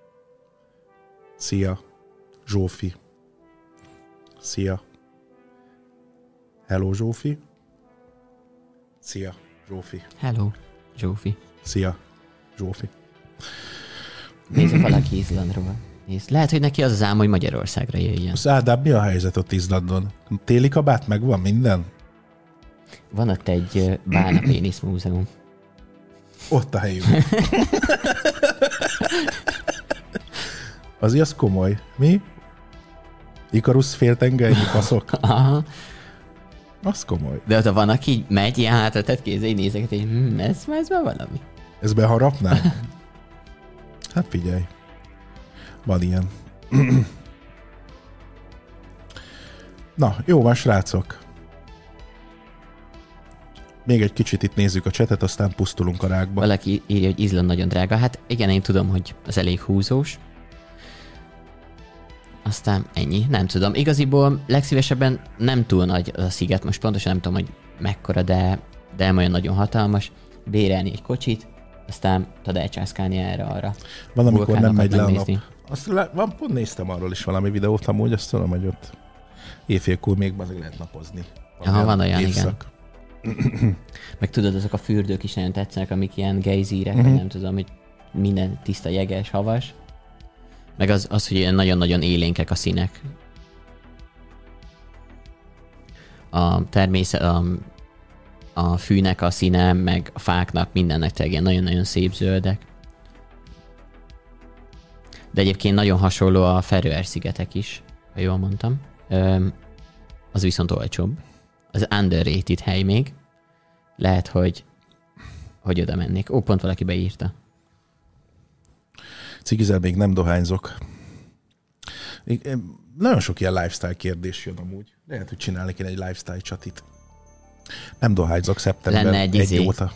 Szia, Zsófi. Szia. Hello, Zsófi. Szia, Zsófi. Hello, Zsófi. Szia, Zsófi. Nézd valaki Izlandról. Nézd. Lehet, hogy neki az az álma, hogy Magyarországra jöjjön. Az Ádám, mi a helyzet ott Izlandon? Téli kabát megvan minden? Van ott egy Bálna Pénisz múzeum. Ott a helyünk. Azért az komoly. Mi? Ikarusz féltengernyi faszok? Aha. Az komoly. De ott van, aki megy, ilyen hátra tett kézzel, így nézeket, és ez már valami. Ez beharapná? Hát figyelj. Van ilyen. Na, jó van, srácok. Még egy kicsit itt nézzük a csetet, aztán pusztulunk a rákba. Valaki írja, hogy Izland nagyon drága. Hát igen, én tudom, hogy az elég húzós. Aztán ennyi, nem tudom. Igaziból legszívesebben nem túl nagy a sziget, most pontosan nem tudom, hogy mekkora, de nem olyan nagyon hatalmas. Bérelni egy kocsit, aztán tudod elcsászkálni erre-arra. Van, amikor nem megy le a nap. Pont néztem arról is valami videót, amúgy azt tudom, hogy ott éjfélkor még lehet napozni. Aha, van olyan, évszak. Igen. Meg tudod, azok a fürdők is nagyon tetszenek, amik ilyen gejzírek, vagy nem tudom, hogy minden tiszta, jeges, havas. Meg az, hogy ilyen nagyon-nagyon élénkek a színek. A természet, a fűnek a színe, meg a fáknak, mindennek tényleg ilyen nagyon-nagyon szép zöldek. De egyébként nagyon hasonló a Feröer-szigetek is, ha jól mondtam. Az viszont olcsóbb. Az underrated hely még. Lehet, hogy oda mennék. Ó, pont valaki beírta. Cigizel, még nem dohányzok. Nagyon sok ilyen lifestyle kérdés jön amúgy. Lehet, hogy csinálni kéne egy lifestyle csatit. Nem dohányzok szeptember 1 óta.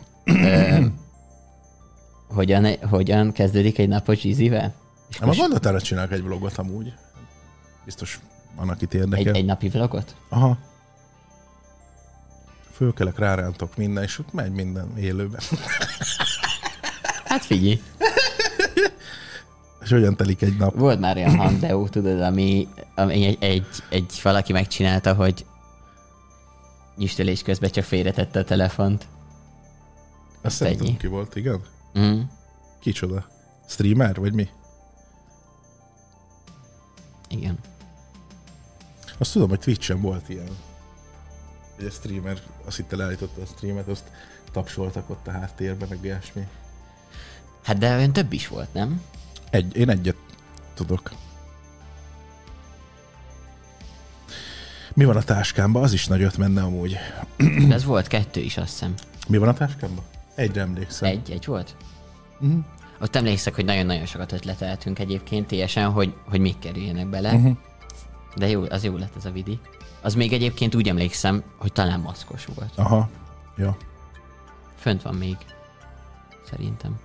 Hogyan kezdődik egy napos ízivel? Ma mondatára csinálok egy vlogot amúgy. Biztos van, akit érdekel. Egy napi vlogot? Aha. Fölkelek, rárántok minden, és ott megy minden élőben. Hát figyelj. És hogyan telik egy nap? Volt már olyan hangdeó, tudod, ami egy valaki megcsinálta, hogy nyüstölés közben csak félretette a telefont. Azt nem tudom, ki volt, igen? Mm. Kicsoda? Streamer, vagy mi? Igen. Azt tudom, hogy Twitch-en volt ilyen. Egy streamer, azt itt leállította a streamet, azt tapsoltak ott a háttérben, meg ilyesmi. Hát de olyan több is volt, nem? Én egyet tudok. Mi van a táskámban? Az is nagyot menne amúgy. De ez volt 2 is, azt hiszem. Mi van a táskámban? Egyre emlékszem. Egy volt? Ott emlékszek, hogy nagyon-nagyon sokat ötleteltünk egyébként teljesen, hogy még kerüljenek bele. De jó, az jó lett ez a vidi. Az még egyébként úgy emlékszem, hogy talán maszkos volt. Aha, ja. Fönt van még. Szerintem.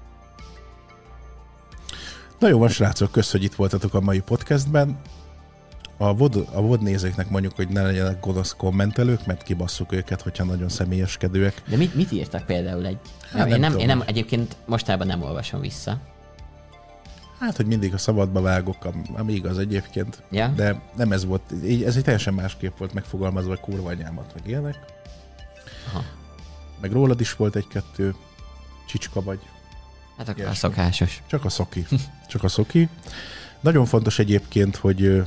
Na jó van, srácok, kösz, hogy itt voltatok a mai podcastben. A VOD nézőknek mondjuk, hogy ne legyenek gonosz kommentelők, mert kibasszuk őket, hogyha nagyon személyeskedőek. De mit írtak például egy? Hát én nem egyébként mostában nem olvasom vissza. Hát, hogy mindig a szabadba vágok, ami igaz egyébként. Ja? De nem ez volt. Ez egy teljesen másképp volt megfogalmazva, hogy kurva anyámat, meg ilyenek. Aha. Meg rólad is volt 1-2 csicska vagy. Hát akkor a szokásos. Csak a szoki. Csak a szoki. Nagyon fontos egyébként, hogy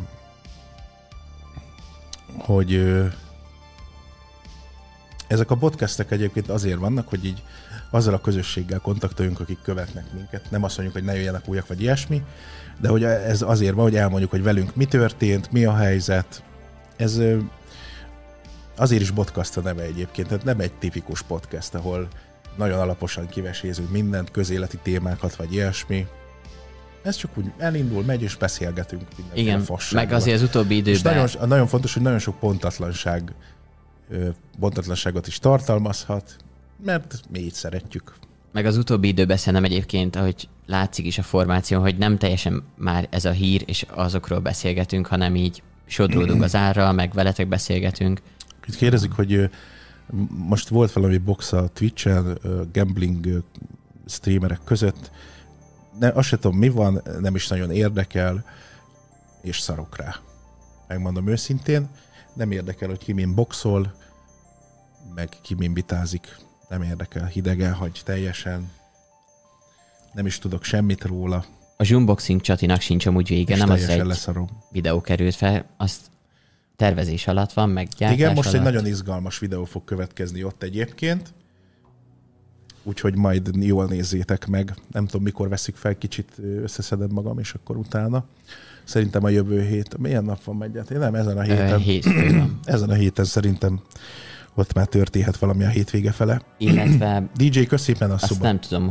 ezek a podcastek egyébként azért vannak, hogy így azzal a közösséggel kontaktoljunk, akik követnek minket. Nem azt mondjuk, hogy ne jöjjenek újak, vagy ilyesmi, de hogy ez azért van, hogy elmondjuk, hogy velünk mi történt, mi a helyzet. Ez azért is podcast a neve egyébként, tehát nem egy tipikus podcast, ahol nagyon alaposan kivesézünk mindent, közéleti témákat, vagy ilyesmi. Ez csak úgy elindul, megy, és beszélgetünk mindenféle igen, fasságban. meg azért az utóbbi időben... És nagyon fontos, hogy nagyon sok pontatlanság bontatlanságot is tartalmazhat, mert mi így szeretjük. Meg az utóbbi időben szerintem egyébként, ahogy látszik is a formáció, hogy nem teljesen már ez a hír, és azokról beszélgetünk, hanem így sodródunk az árral, meg veletek beszélgetünk. Itt kérdezik, hogy most volt valami box a Twitch-en, gambling streamerek között. Azt sem tudom, mi van, nem is nagyon érdekel, és szarok rá. Megmondom őszintén, nem érdekel, hogy ki min boxol, meg ki min vitázik. Nem érdekel, hidegen hagy teljesen. Nem is tudok semmit róla. A Zoomboxing csatinak sincs amúgy vége, nem az egy leszarom. Videó került fel, azt tervezés alatt van, meg gyártás igen, most alatt. egy nagyon izgalmas videó fog következni ott egyébként, úgyhogy majd jól nézzétek meg. Nem tudom, mikor veszik fel, kicsit összeszedem magam, és akkor utána. Szerintem a jövő hét, milyen nap van megy? Nem, ezen a héten. Ezen a héten szerintem ott már történhet valami a hétvége fele. Illetve DJ, kösz szépen a azt nem tudom,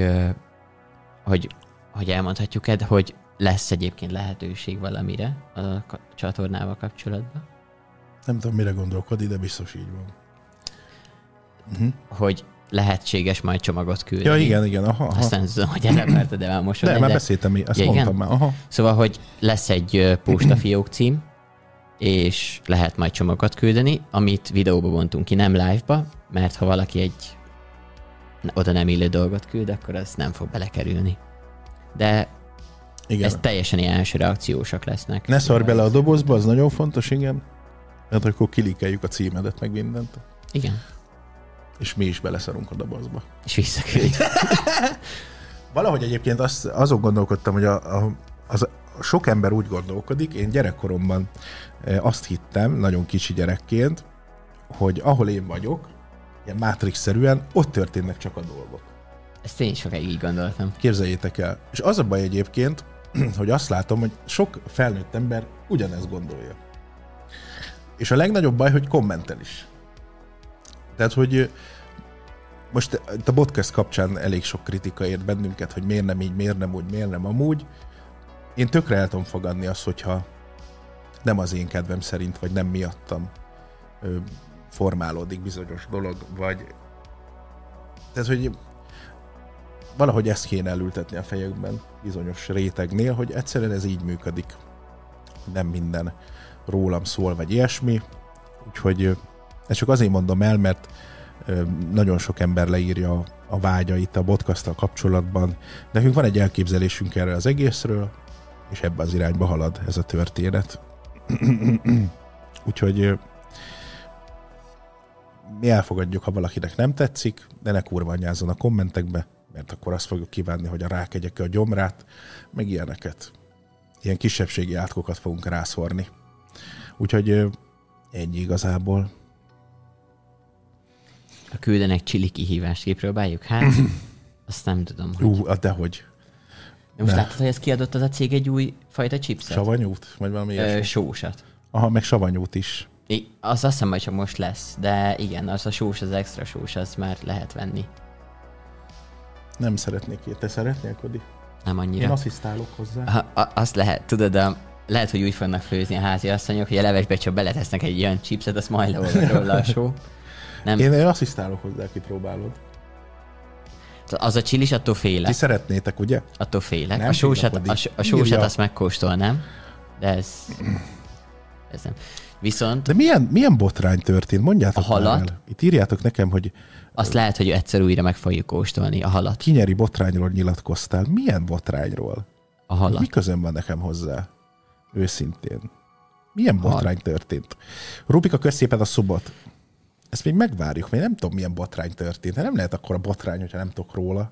hogy elmondhatjuk-e, hogy lesz egyébként lehetőség valamire a csatornával kapcsolatban. Nem tudom, mire gondolkod, de biztos így van. Hogy lehetséges majd csomagot küldeni. Ja, igen. Aha. Azt nem tudom, hogy el akartad elmosodni. Nem, már beszéltem, ezt mondtam már. Aha. Szóval, hogy lesz egy postafiók cím, és lehet majd csomagot küldeni, amit videóba bontunk ki, nem live-ba, mert ha valaki egy oda nem illő dolgot küld, akkor az nem fog belekerülni. De igen. Ez teljesen ilyen első reakciósak lesznek. Ne szarj bele a dobozba, az nagyon fontos, igen. Hát akkor kilikeljük a címedet, meg mindent. Igen. És mi is beleszarunk a dobozba. És visszaküldjük. Valahogy egyébként azon gondolkodtam, hogy az sok ember úgy gondolkodik, én gyerekkoromban azt hittem, nagyon kicsi gyerekként, hogy ahol én vagyok, ilyen Matrix-szerűen, ott történnek csak a dolgok. Ezt én sokáig így gondoltam. Képzeljétek el. És az a baj egyébként, hogy azt látom, hogy sok felnőtt ember ugyanezt gondolja. És a legnagyobb baj, hogy kommentel is. Tehát, hogy most a podcast kapcsán elég sok kritika ért bennünket, hogy miért nem így, miért nem úgy, miért nem amúgy. Én tökre el tudom fogadni azt, hogyha nem az én kedvem szerint, vagy nem miattam formálódik bizonyos dolog, vagy... Tehát, hogy valahogy ezt kéne elültetni a fejekben bizonyos rétegnél, hogy egyszerűen ez így működik. Nem minden rólam szól, vagy ilyesmi. Úgyhogy ezt csak azért mondom el, mert nagyon sok ember leírja a vágyait a podcasttal kapcsolatban. Nekünk van egy elképzelésünk erről az egészről, és ebbe az irányba halad ez a történet. Úgyhogy mi elfogadjuk, ha valakinek nem tetszik, de ne kurvanyázzon a kommentekbe, mert akkor azt fogjuk kívánni, hogy rákegyek a gyomrát, meg ilyeneket. Ilyen kisebbségi átkokat fogunk rászórni. Úgyhogy ennyi igazából. Ha küldenek csili kihívást, kipróbáljuk? Hát, azt nem tudom, hogy... Dehogy. Most láttad, hogy ez kiadott az a cég egy új fajta chipset? Savanyút? Vagy valami ilyesmi? Sósat. Aha, meg savanyút is. Azt hiszem, hogy csak most lesz, de igen, az a sós, az extra sós, az már lehet venni. Nem szeretnék ilyet. Te szeretnél, Kodi? Nem annyira. Én asszisztálok hozzá. Azt lehet, tudod, de lehet, hogy úgy fognak főzni a háziasszonyok, hogy a levesbe csak beletesznek egy ilyen chipset, azt majd leolvad róla a só. Nem. Én asszisztálok hozzá, kipróbálod. Az a csilis, attól félek. Ti szeretnétek, ugye? Attól félek. Nem, a sósat azt megkóstolnám, de ez nem. Viszont... De milyen botrány történt? Mondjátok a halat, el. Itt írjátok nekem, hogy... Azt lehet, hogy egyszer újra meg fogjuk kóstolni, a halat. Kinyeri botrányról nyilatkoztál. Milyen botrányról? A halat. Mi közöm van nekem hozzá? Őszintén. Milyen botrány történt? Rubika, kösz szépen a szubot. Ezt még megvárjuk, mert nem tudom, milyen botrány történt. Nem lehet akkor a botrány, hogyha nem tudok róla.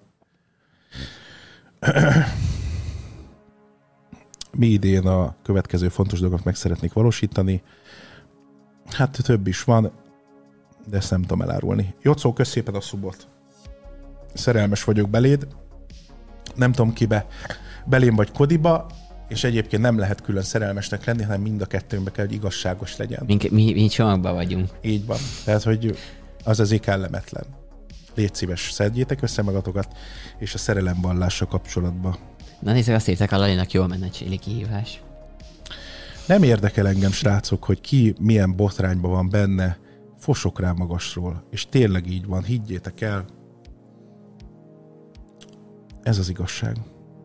Mi idén a következő fontos dolgot meg szeretnék valósítani. Hát több is van, de ezt nem tudom elárulni. Jocó, kösz szépen a szubot. Szerelmes vagyok beléd. Nem tudom kibe. Belém vagy Kodiba, és egyébként nem lehet külön szerelmesnek lenni, hanem mind a kettőnkbe kell, hogy igazságos legyen. Mi csomagban vagyunk. Így van. Tehát, hogy az azért kellemetlen. Légy szíves, szedjétek össze magatokat, és a szerelemvallással kapcsolatban. Na nézzük, azt írták, a Lalinak jól menne csili kihívás. Nem érdekel engem, srácok, hogy ki milyen botrányban van benne. fosok rá magasról. És tényleg így van, higgyétek el. Ez az igazság.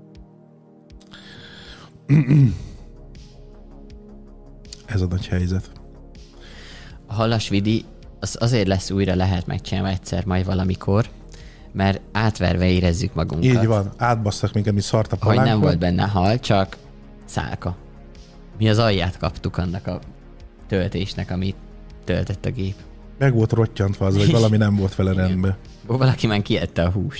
Ez a nagy helyzet. A Hallasvidi az azért lesz újra lehet megcsinálni egyszer majd valamikor, mert átverve érezzük magunkat. Így van, átbasszak minket, mi szart a palánkon. Hogy nem volt benne hal, csak szálka. Mi az alját kaptuk annak a töltésnek, amit töltött a gép. Meg volt rottyantva az, hogy valami nem volt vele rendben. Valaki már kiette a húst.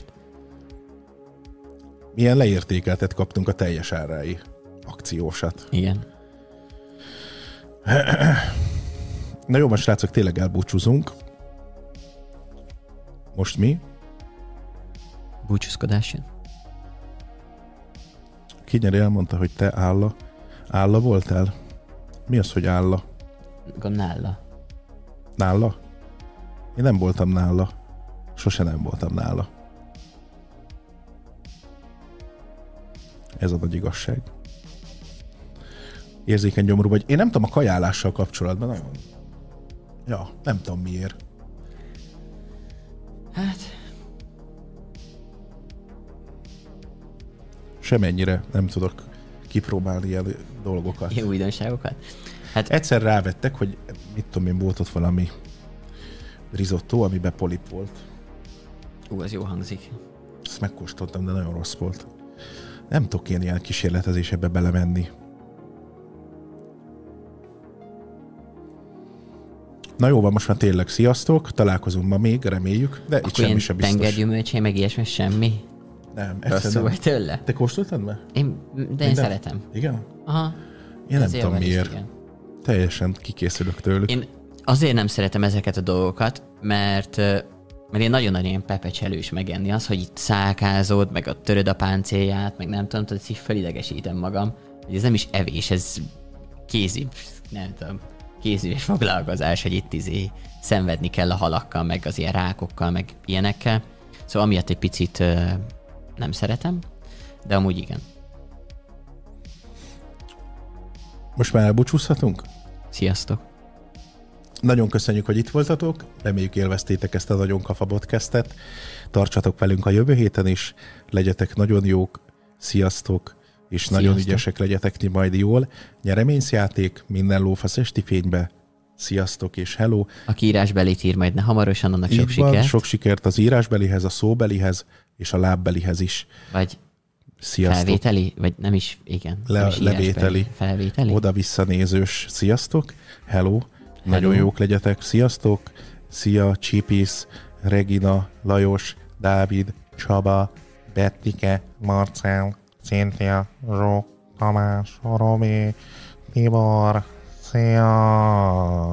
Milyen leértékeltet kaptunk a teljes árái. Akciósat. Igen. Na jó, most srácok, tényleg elbúcsúzunk. Most mi? Búcsúzkodás jön. Kinyeri elmondta, hogy te Álla voltál? Mi az, hogy Álla? Nála. Nála? Én nem voltam nála. Sose nem voltam nála. Ez a nagy igazság. Érzékeny gyomrú vagy. Én nem tudom, a kajálással kapcsolatban nagyon... Ja, nem tudom miért. Hát... Semennyire nem tudok kipróbálni ilyen dolgokat. Ilyen újdonságokat? Hát egyszer rávettek, hogy mit tudom én, volt ott valami risotto, amiben polip volt. Az jó hangzik. Ezt megkóstoltam, de nagyon rossz volt. Nem tudok én ilyen kísérletezésekbe belemenni. Na jó van, most már tényleg sziasztok, találkozunk ma még, reméljük, de akkor itt semmi sem biztos. tengergyümölcsé, meg ilyesmi, semmi? Nem, rosszul vagy tőle? Te kóstoltad meg? Én szeretem. Igen? Aha. Én nem tudom miért. Igen. Teljesen kikészülök tőlük. Én azért nem szeretem ezeket a dolgokat, mert én nagyon-nagyon ilyen pepecselős megenni. Az, hogy itt szálkázod, meg a töröd a páncélját, meg nem tudom, ezt így felidegesítem magam. Hogy ez nem is evés, ez kézügyes foglalkozás, hogy itt szenvedni kell a halakkal, meg az ilyen rákokkal, meg ilyenekkel. Szóval amiatt egy picit nem szeretem, de amúgy igen. Most már elbúcsúzhatunk? Sziasztok! Nagyon köszönjük, hogy itt voltatok, reméljük élveztétek ezt a Nagyon Kafa podcastet. Tartsatok velünk a jövő héten is, legyetek nagyon jók, sziasztok, és sziasztok. Nagyon ügyesek legyetek ti majd jól. Nyereményszjáték minden lófasz esti fénybe. Sziasztok és hello! Aki írásbelit ír majd hamarosan, annak sok sikert. Sok sikert az írásbelihez, a szóbelihez és a lábbelihez is. Vagy sziasztok. Felvételi? Vagy nem is, igen. Levételi. Felvételi. Oda-visszanézős. Sziasztok! Hello! Nagyon jók legyetek. Sziasztok! Szia, Csipis, Regina, Lajos, Dávid, Csaba, Bettike, Marcell, Cynthia, Zsó, Tamás, Robi, Tibor. Szia!